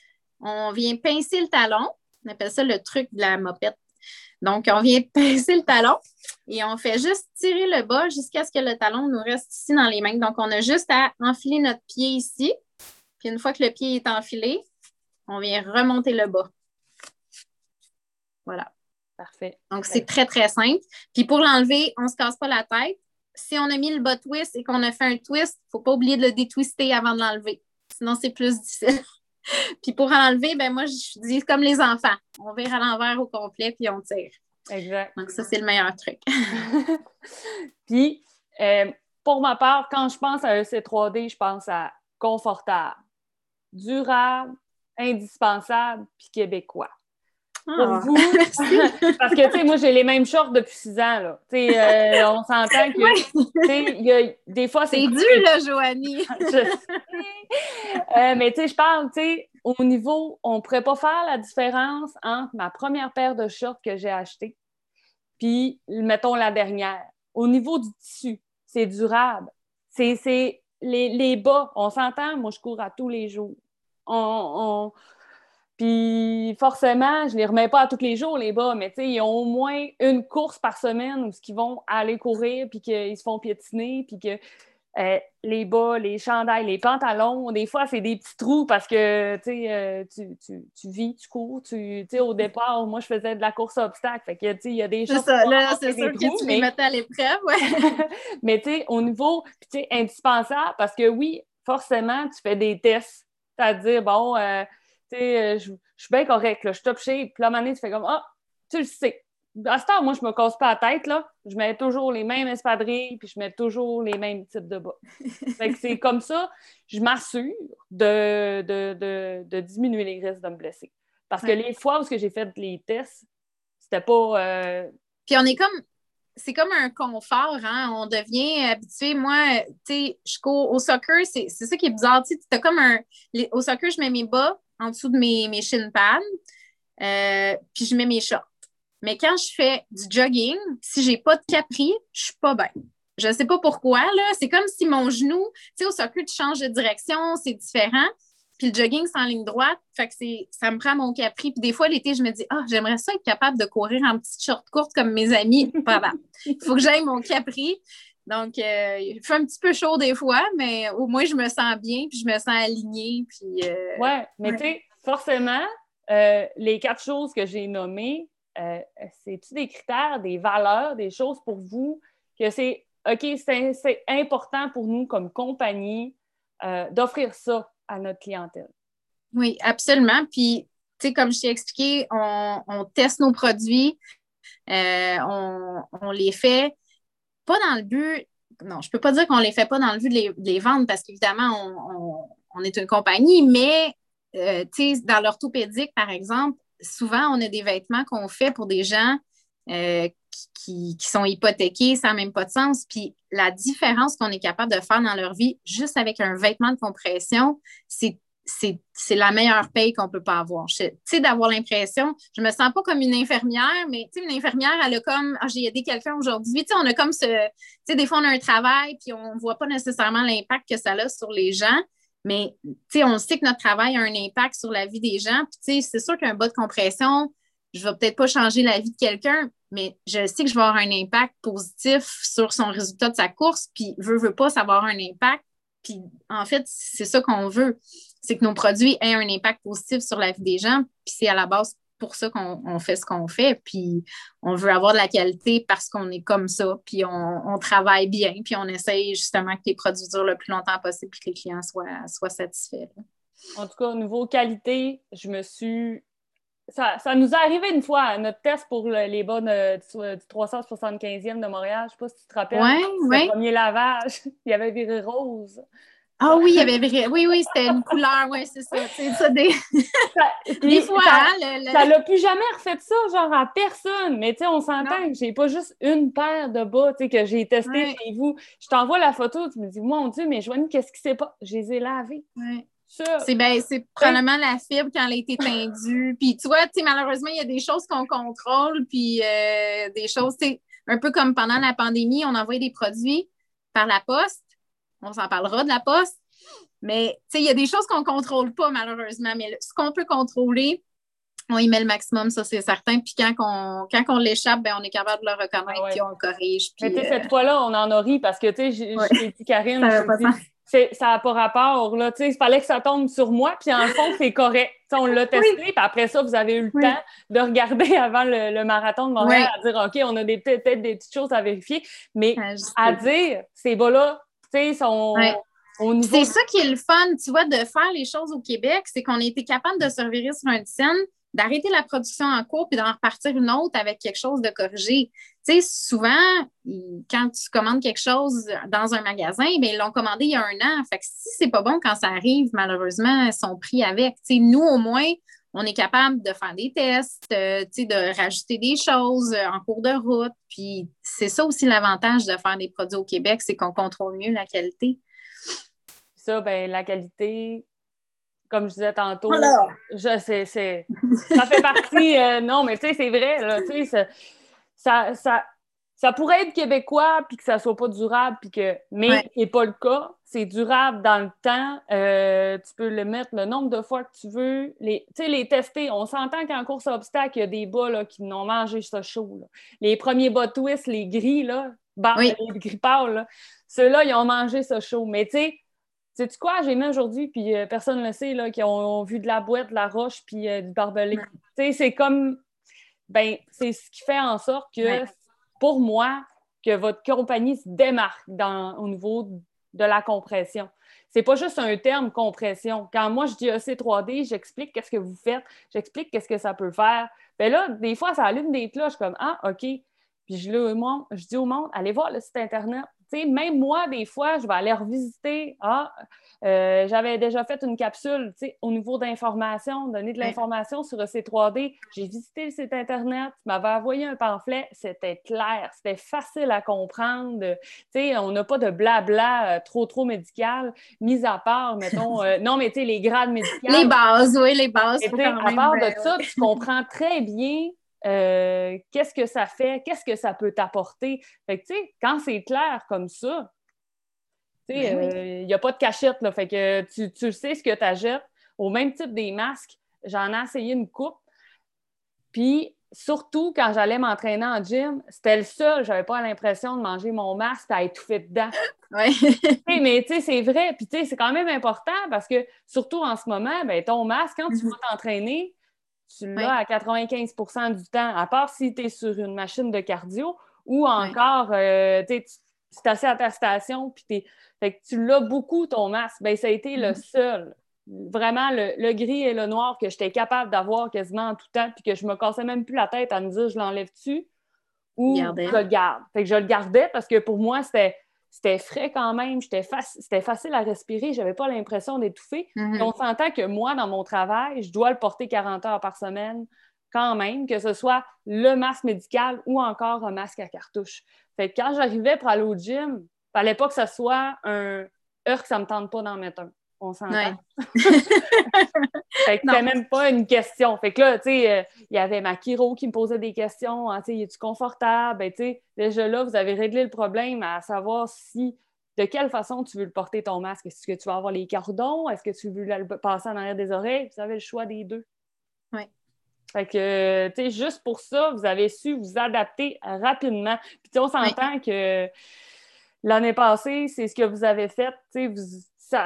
on vient pincer le talon. On appelle ça le truc de la mopette. Donc, on vient pincer le talon et on fait juste tirer le bas jusqu'à ce que le talon nous reste ici dans les mains. Donc, on a juste à enfiler notre pied ici. Puis, une fois que le pied est enfilé, on vient remonter le bas. Voilà. Parfait. Donc, c'est très, très simple. Puis, pour l'enlever, on ne se casse pas la tête. Si on a mis le bas twist et qu'on a fait un twist, il ne faut pas oublier de le détwister avant de l'enlever. Sinon, c'est plus difficile. Puis pour enlever, ben moi, je dis comme les enfants. On vire à l'envers au complet, puis on tire. Exact. Donc ça, c'est le meilleur truc. Puis, euh, pour ma part, quand je pense à un C trois D, je pense à confortable, durable, indispensable, puis québécois. Ah, pour vous, parce que, tu sais, moi, j'ai les mêmes shorts depuis six ans, là. Tu sais, euh, on s'entend que, tu sais, il y a des fois, c'est... C'est dur, là, Joanie! je... euh, mais, tu sais, je parle, tu sais, au niveau, on ne pourrait pas faire la différence entre ma première paire de shorts que j'ai achetée puis, mettons, la dernière. Au niveau du tissu, c'est durable. C'est, c'est les, les bas, on s'entend, moi, je cours à tous les jours. On... on... Puis forcément, je ne les remets pas à tous les jours, les bas, mais tu sais, ils ont au moins une course par semaine où ils vont aller courir, puis qu'ils se font piétiner, puis que euh, les bas, les chandails, les pantalons, des fois, c'est des petits trous parce que tu sais, euh, tu, tu, tu vis, tu cours, tu sais, au départ, moi, je faisais de la course à obstacles, fait que tu sais, il y a des choses... C'est ça, là, c'est sûr trous, que tu mais... les mettais à l'épreuve, ouais. Mais tu sais, au niveau, tu sais, indispensable, parce que oui, forcément, tu fais des tests, c'est-à-dire, bon... Euh, tu sais, je, je suis bien correcte, là, je suis top shape, puis là, à un moment donné, tu fais comme, ah, tu le sais. À ce temps, moi, je me casse pas la tête, là. Je mets toujours les mêmes espadrilles, puis je mets toujours les mêmes types de bas. Fait que c'est comme ça, je m'assure de, de, de, de diminuer les risques de me blesser. Parce que ouais. les fois où j'ai fait les tests, c'était pas... Euh... Puis on est comme... C'est comme un confort, hein? On devient habitué. Moi, tu sais, je cours au soccer, c'est, c'est ça qui est bizarre. Tu sais, t'as comme un... Les, au soccer, je mets mes bas en dessous de mes, mes shin pads, euh, puis je mets mes shorts. Mais quand je fais du jogging, si j'ai pas de capri, je suis pas bien. Je sais pas pourquoi, là. C'est comme si mon genou... Tu sais, au soccer, tu changes de direction, c'est différent. puis le jogging, c'est en ligne droite. Fait que c'est, ça me prend mon capri. Puis des fois, l'été, je me dis, ah, j'aimerais ça être capable de courir en petite short courte comme mes amis. Pardon. Il faut que j'aille mon capri. Donc, euh, il fait un petit peu chaud des fois, mais au moins, je me sens bien, puis je me sens alignée. Puis, euh, ouais, mais ouais. Tu sais, forcément, euh, les quatre choses que j'ai nommées, euh, c'est-tu des critères, des valeurs, des choses pour vous que c'est, OK, c'est, c'est important pour nous comme compagnie euh, d'offrir ça à notre clientèle? Oui, absolument. Puis, tu sais, comme je t'ai expliqué, on, on teste nos produits, euh, on, on les fait pas dans le but, non, je peux pas dire qu'on les fait pas dans le but de les, de les vendre parce qu'évidemment, on, on, on est une compagnie, mais euh, tu sais, dans l'orthopédique, par exemple, souvent, on a des vêtements qu'on fait pour des gens euh, qui, qui sont hypothéqués, ça n'a même pas de sens. Puis la différence qu'on est capable de faire dans leur vie, juste avec un vêtement de compression, c'est c'est, c'est la meilleure paye qu'on ne peut pas avoir. Tu sais, d'avoir l'impression, je me sens pas comme une infirmière, mais tu sais, une infirmière, elle a comme, ah, j'ai aidé quelqu'un aujourd'hui. Tu sais, on a comme ce, tu sais, des fois, on a un travail, puis on ne voit pas nécessairement l'impact que ça a sur les gens, mais tu sais, on sait que notre travail a un impact sur la vie des gens. Puis tu sais, c'est sûr qu'un bas de compression, je ne vais peut-être pas changer la vie de quelqu'un, mais je sais que je vais avoir un impact positif sur son résultat de sa course, puis veut, veut pas, ça va avoir un impact. Puis en fait, c'est ça qu'on veut, c'est que nos produits aient un impact positif sur la vie des gens, puis c'est à la base pour ça qu'on on fait ce qu'on fait, puis on veut avoir de la qualité parce qu'on est comme ça, puis on, on travaille bien, puis on essaye justement que les produits durent le plus longtemps possible, puis que les clients soient, soient satisfaits. En tout cas, au niveau qualité, je me suis... Ça, ça nous est arrivé une fois, notre test pour le, les bas de, du, du trois cent soixante-quinzième de Montréal. Je ne sais pas si tu te rappelles. Ouais, ouais. Le premier lavage, il y avait viré rose. Ah oui, il y avait oui, oui, c'était une couleur, oui, c'est ça. C'est ça des, ça, des fois, ça, hein, le, le... ça l'a plus jamais refait ça, genre à personne. Mais tu sais, on s'entend non. que j'ai pas juste une paire de bas, tu sais, que j'ai testé ouais. chez vous. Je t'envoie la photo, tu me dis, mon Dieu, mais Joanie, qu'est-ce qui s'est pas? Je les ai lavés. Ouais. Ça, c'est ben, c'est probablement la fibre quand elle a été teindue. Puis tu vois, tu sais, malheureusement, il y a des choses qu'on contrôle, puis euh, des choses, tu sais, un peu comme pendant la pandémie, on envoyait des produits par la poste. On s'en parlera de la poste. Mais tu sais, il y a des choses qu'on ne contrôle pas, malheureusement. Mais ce qu'on peut contrôler, on y met le maximum, ça, c'est certain. Puis quand on, quand on l'échappe, ben, on est capable de le reconnaître, ah ouais. Puis on le corrige. Puis, mais tu sais, euh... cette fois-là, on en a ri parce que, tu sais, j'ai ouais. dit, Karine, ça n'a dit, ça n'a pas rapport, là, tu sais, il fallait que ça tombe sur moi, puis en fond, c'est correct. T'sais, on l'a testé, oui. Puis après ça, vous avez eu le oui. temps de regarder avant le, le marathon de Montréal oui. à dire, OK, on a des, peut-être des petites choses à vérifier, mais Ajusté. à dire, ces bas-là, tu sais, sont... Oui. Niveau... C'est ça qui est le fun, tu vois, de faire les choses au Québec, c'est qu'on a été capable de se revirer sur un dizaine, d'arrêter la production en cours puis d'en repartir une autre avec quelque chose de corrigé. Tu sais, souvent, quand tu commandes quelque chose dans un magasin, bien, ils l'ont commandé il y a un an. Fait que si c'est pas bon quand ça arrive, malheureusement, ils sont pris avec. Tu sais, nous, au moins, on est capable de faire des tests, euh, tu sais, de rajouter des choses en cours de route. Puis c'est ça aussi l'avantage de faire des produits au Québec, c'est qu'on contrôle mieux la qualité. Ça, ben la qualité, comme je disais tantôt, voilà. je sais, c'est, ça fait partie, euh, non, mais tu sais, c'est vrai, là, tu sais, ça, ça, ça, ça pourrait être québécois, puis que ça soit pas durable, puis que, mais ouais. c'est pas le cas, c'est durable dans le temps, euh, tu peux le mettre le nombre de fois que tu veux, les, tu sais, les tester, on s'entend qu'en course à obstacle, il y a des bas, là, qui n'ont mangé ça chaud, là. Les premiers bas twist, les gris, là, bah, oui. les gris pâles, là, ceux-là, ils ont mangé ça chaud, mais tu sais, sais-tu quoi, j'ai mis aujourd'hui, puis euh, personne ne le sait, là, qui ont, ont vu de la boîte, de la roche, puis euh, du barbelé. Ouais. Tu sais, c'est comme, ben, c'est ce qui fait en sorte que, ouais. pour moi, que votre compagnie se démarque dans, au niveau de la compression. C'est pas juste un terme compression. Quand moi, je dis E C trois D, j'explique qu'est-ce que vous faites, j'explique qu'est-ce que ça peut faire. Ben là, des fois, ça allume des cloches comme, ah, OK. Puis je, le, moi, je dis au monde, allez voir le site Internet. T'sais, même moi, des fois, je vais aller revisiter. Ah, euh, j'avais déjà fait une capsule au niveau d'information, donner de l'information sur E C trois D. J'ai visité le site Internet, tu m'avais envoyé un pamphlet, c'était clair, c'était facile à comprendre. T'sais, on n'a pas de blabla euh, trop, trop médical, mis à part, mettons, euh, non, mais tu sais, les grades médicales. Les bases, oui, les bases. Faut quand même, à part de ça, tu comprends très bien. Euh, qu'est-ce que ça fait, qu'est-ce que ça peut t'apporter. Fait que, tu sais, quand c'est clair comme ça, tu sais, il n'y oui. euh, a pas de cachette, là. Fait que tu, tu sais ce que tu achètes. au même type des masques, j'en ai essayé une coupe. Puis, surtout quand j'allais m'entraîner en gym, c'était le seul, j'avais pas l'impression de manger mon masque et à étouffer dedans. Oui. Mais tu sais, c'est vrai. Puis, tu sais, c'est quand même important parce que, surtout en ce moment, ben, ton masque, quand tu vas t'entraîner, tu l'as oui. à quatre-vingt-quinze pour cent du temps, à part si tu es sur une machine de cardio ou encore, oui. euh, tu es assis à ta station, puis t'es... Fait que tu l'as beaucoup, ton masque. Ben, ça a été mm-hmm. le seul. Vraiment, le, le gris et le noir que j'étais capable d'avoir quasiment en tout temps, puis que je me cassais même plus la tête à me dire je l'enlève-tu ou Gardez. je le garde. Fait que je le gardais parce que pour moi, c'était, c'était frais quand même, j'étais faci- c'était facile à respirer, j'avais pas l'impression d'étouffer. Mm-hmm. Et on s'entend que moi, dans mon travail, je dois le porter quarante heures par semaine quand même, que ce soit le masque médical ou encore un masque à cartouche. Fait que quand j'arrivais pour aller au gym, il fallait pas que ce soit un heure que ça me tente pas d'en mettre un. On s'entend. Ouais. Fait que c'était même pas une question. Fait que là, tu sais, il euh, y avait ma chiro qui me posait des questions. Hein, tu sais, es-tu confortable? Ben, tu sais, déjà là, vous avez réglé le problème à savoir si, de quelle façon tu veux le porter ton masque. Est-ce que tu vas avoir les cordons? Est-ce que tu veux le passer en arrière des oreilles? Vous avez le choix des deux. Oui. Fait que, tu sais, juste pour ça, vous avez su vous adapter rapidement. Puis, tu sais, on s'entend oui. que l'année passée, c'est ce que vous avez fait. Tu sais, vous, ça...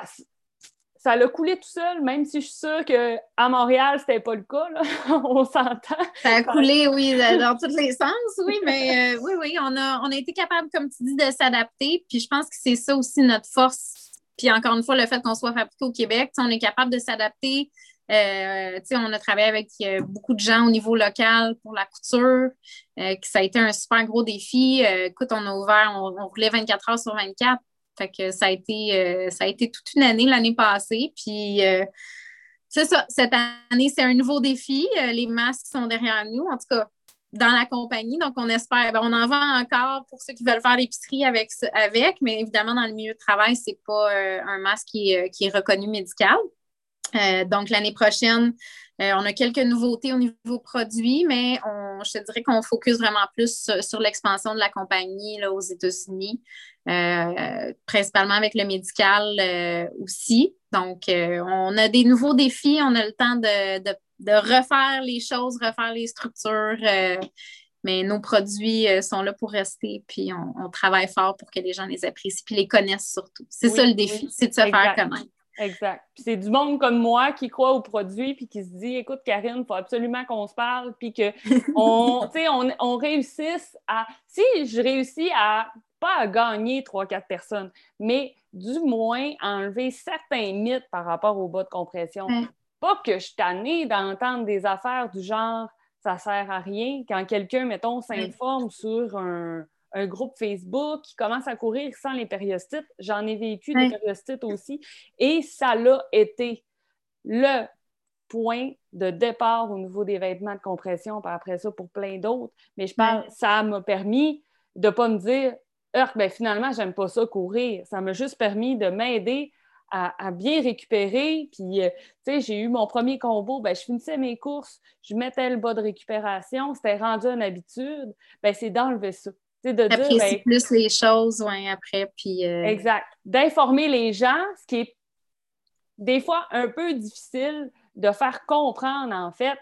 Ça l'a coulé tout seul, même si je suis sûre qu'à Montréal, c'était pas le cas. Là. On s'entend. Ça a coulé, oui, dans tous les sens, oui, mais euh, oui, oui, on a, on a été capable, comme tu dis, de s'adapter. Puis je pense que c'est ça aussi notre force. Puis encore une fois, le fait qu'on soit fabriqué au Québec, on est capable de s'adapter. Euh, on a travaillé avec euh, beaucoup de gens au niveau local pour la couture, euh, que ça a été un super gros défi. Euh, écoute, on a ouvert, on, on roulait vingt-quatre heures sur vingt-quatre. Fait que ça a été, euh, ça a été toute une année l'année passée. Puis euh, c'est ça, cette année, c'est un nouveau défi. Euh, les masques sont derrière nous, en tout cas dans la compagnie. Donc, on espère, ben, on en vend encore pour ceux qui veulent faire l'épicerie avec, avec, mais évidemment, dans le milieu de travail, c'est pas euh, un masque qui est, qui est reconnu médical. Euh, donc, l'année prochaine, euh, on a quelques nouveautés au niveau produit, mais on, je te dirais qu'on focus vraiment plus sur, sur l'expansion de la compagnie là, aux États-Unis, euh, principalement avec le médical euh, aussi. Donc, euh, on a des nouveaux défis, on a le temps de, de, de refaire les choses, refaire les structures, euh, mais nos produits euh, sont là pour rester, puis on, on travaille fort pour que les gens les apprécient, puis les connaissent surtout. C'est oui, ça le défi, oui. c'est de se exact. faire connaître. Exact. Puis c'est du monde comme moi qui croit aux produits puis qui se dit, écoute, Karine, il faut absolument qu'on se parle puis qu'on on, on réussisse à... Si je réussis à, pas à gagner trois quatre personnes, mais du moins à enlever certains mythes par rapport aux bas de compression. Mm. Pas que je suis tannée d'entendre des affaires du genre, ça sert à rien. Quand quelqu'un, mettons, s'informe mm. sur un... un groupe Facebook qui commence à courir sans les périostites. J'en ai vécu oui. des périostites aussi. Et ça l'a été le point de départ au niveau des vêtements de compression, puis après ça, pour plein d'autres. Mais je parle, oui. ça m'a permis de ne pas me dire « Heurk, ben finalement, j'aime pas ça courir. » Ça m'a juste permis de m'aider à, à bien récupérer. Puis, euh, tu sais, j'ai eu mon premier combo. Ben, je finissais mes courses, je mettais le bas de récupération. C'était rendu une habitude. Ben, c'est d'enlever ça. De dire, ben, plus les choses ouais, après. Puis, euh... Exact. D'informer les gens, ce qui est des fois un peu difficile de faire comprendre, en fait,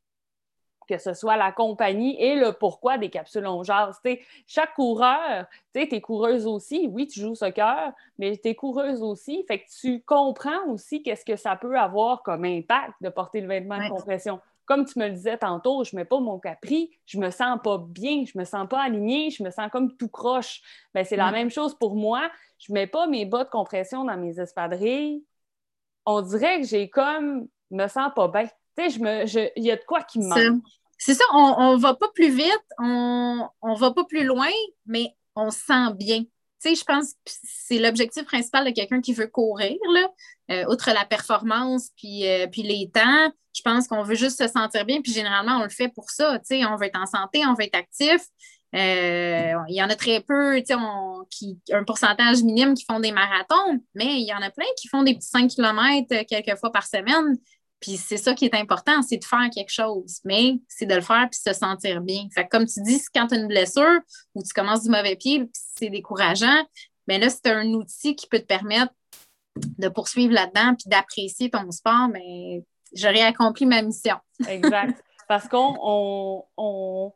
que ce soit la compagnie et le pourquoi des capsules On jase. T'sais, chaque coureur, tu es coureuse aussi, oui, tu joues au soccer, mais tu es coureuse aussi, fait que tu comprends aussi qu'est-ce que ça peut avoir comme impact de porter le vêtement ouais. de compression. Comme tu me le disais tantôt, je ne mets pas mon capri, je me sens pas bien, je me sens pas alignée, je me sens comme tout croche. Bien, c'est mmh. la même chose pour moi. Je ne mets pas mes bas de compression dans mes espadrilles. On dirait que j'ai comme... Je me sens pas bien. Tu sais, je me, je, il y a de quoi qui me manque. C'est ça, on ne va pas plus vite, on ne va pas plus loin, mais on se sent bien. Tu sais, je pense que c'est l'objectif principal de quelqu'un qui veut courir, là. Euh, outre la performance puis, euh, puis les temps, je pense qu'on veut juste se sentir bien, puis généralement, on le fait pour ça. Tu sais, on veut être en santé, on veut être actif. Euh, il y en a très peu, tu sais, on, qui, un pourcentage minime qui font des marathons, mais il y en a plein qui font des petits cinq kilomètres quelques fois par semaine. Puis c'est ça qui est important, c'est de faire quelque chose, mais c'est de le faire puis se sentir bien. Fait que comme tu dis, quand tu as une blessure ou tu commences du mauvais pied puis c'est décourageant, bien là, c'est un outil qui peut te permettre de poursuivre là-dedans puis d'apprécier ton sport, mais j'aurais accompli ma mission. Exact. Parce qu'on on, on,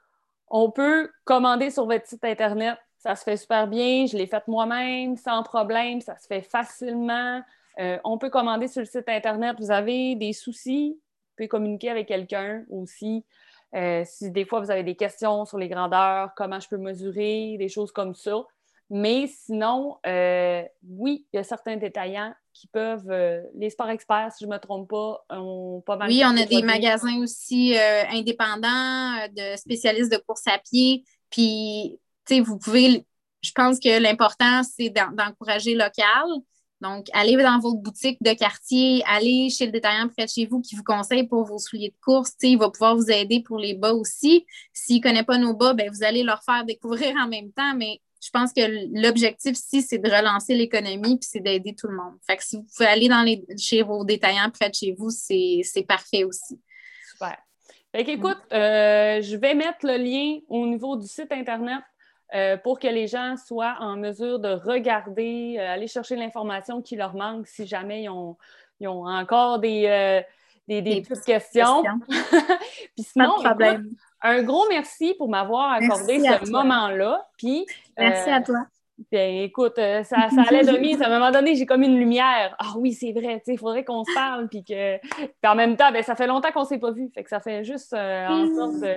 on peut commander sur votre site Internet. Ça se fait super bien. Je l'ai fait moi-même, sans problème. Ça se fait facilement. Euh, on peut commander sur le site Internet. Vous avez des soucis, vous pouvez communiquer avec quelqu'un aussi. Euh, si des fois, vous avez des questions sur les grandeurs, comment je peux mesurer, des choses comme ça. Mais sinon, euh, oui, il y a certains détaillants qui peuvent, euh, les Sport Experts, si je ne me trompe pas, ont pas mal. Oui, on a des magasins aussi euh, indépendants, euh, de spécialistes de course à pied. Puis, tu sais, vous pouvez, je pense que l'important, c'est d'encourager local. Donc, allez dans votre boutique de quartier, allez chez le détaillant près de chez vous qui vous conseille pour vos souliers de course. Tu sais, il va pouvoir vous aider pour les bas aussi. S'il ne connaît pas nos bas, ben, vous allez leur faire découvrir en même temps, mais je pense que l'objectif ici, c'est de relancer l'économie puis c'est d'aider tout le monde. Fait que si vous pouvez aller dans les, chez vos détaillants près de chez vous, c'est parfait aussi. Super. Fait qu'écoute, euh, je vais mettre le lien au niveau du site Internet euh, pour que les gens soient en mesure de regarder, euh, aller chercher l'information qui leur manque si jamais ils ont, ils ont encore des, euh, des, des, des petites questions. questions. Puis sinon, pas de problème. Écoute, un gros merci pour m'avoir accordé merci ce moment-là. Puis, merci euh, à toi. Bien, écoute, ça, ça allait de mise. À un moment donné, j'ai comme une lumière. Ah oui, c'est vrai, il faudrait qu'on se parle. Puis, que... puis en même temps, ben, ça fait longtemps qu'on ne s'est pas vu. Fait que ça fait juste euh, en sorte de.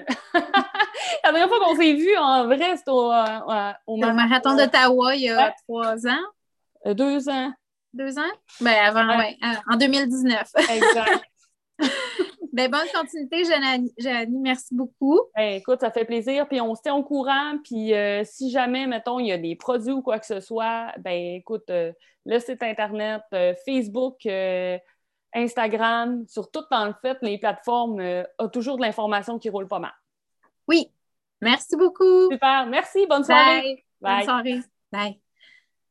La dernière fois qu'on s'est vu, en vrai, c'était au, euh, au, au marathon d'Ottawa il y a ouais. trois ans. Euh, deux ans. Deux ans? Ben avant, ouais. ouais en deux mille dix-neuf. Exact. Ben, bonne continuité, Janie. Merci beaucoup. Ben, écoute, ça fait plaisir. Puis on se tient au courant. Puis euh, si jamais, mettons, il y a des produits ou quoi que ce soit, ben écoute, euh, le site Internet, euh, Facebook, euh, Instagram, sur tout dans le fait, les plateformes euh, ont toujours de l'information qui roule pas mal. Oui. Merci beaucoup. Super. Merci. Bonne soirée. Bye. Bye. Bonne soirée. Bye.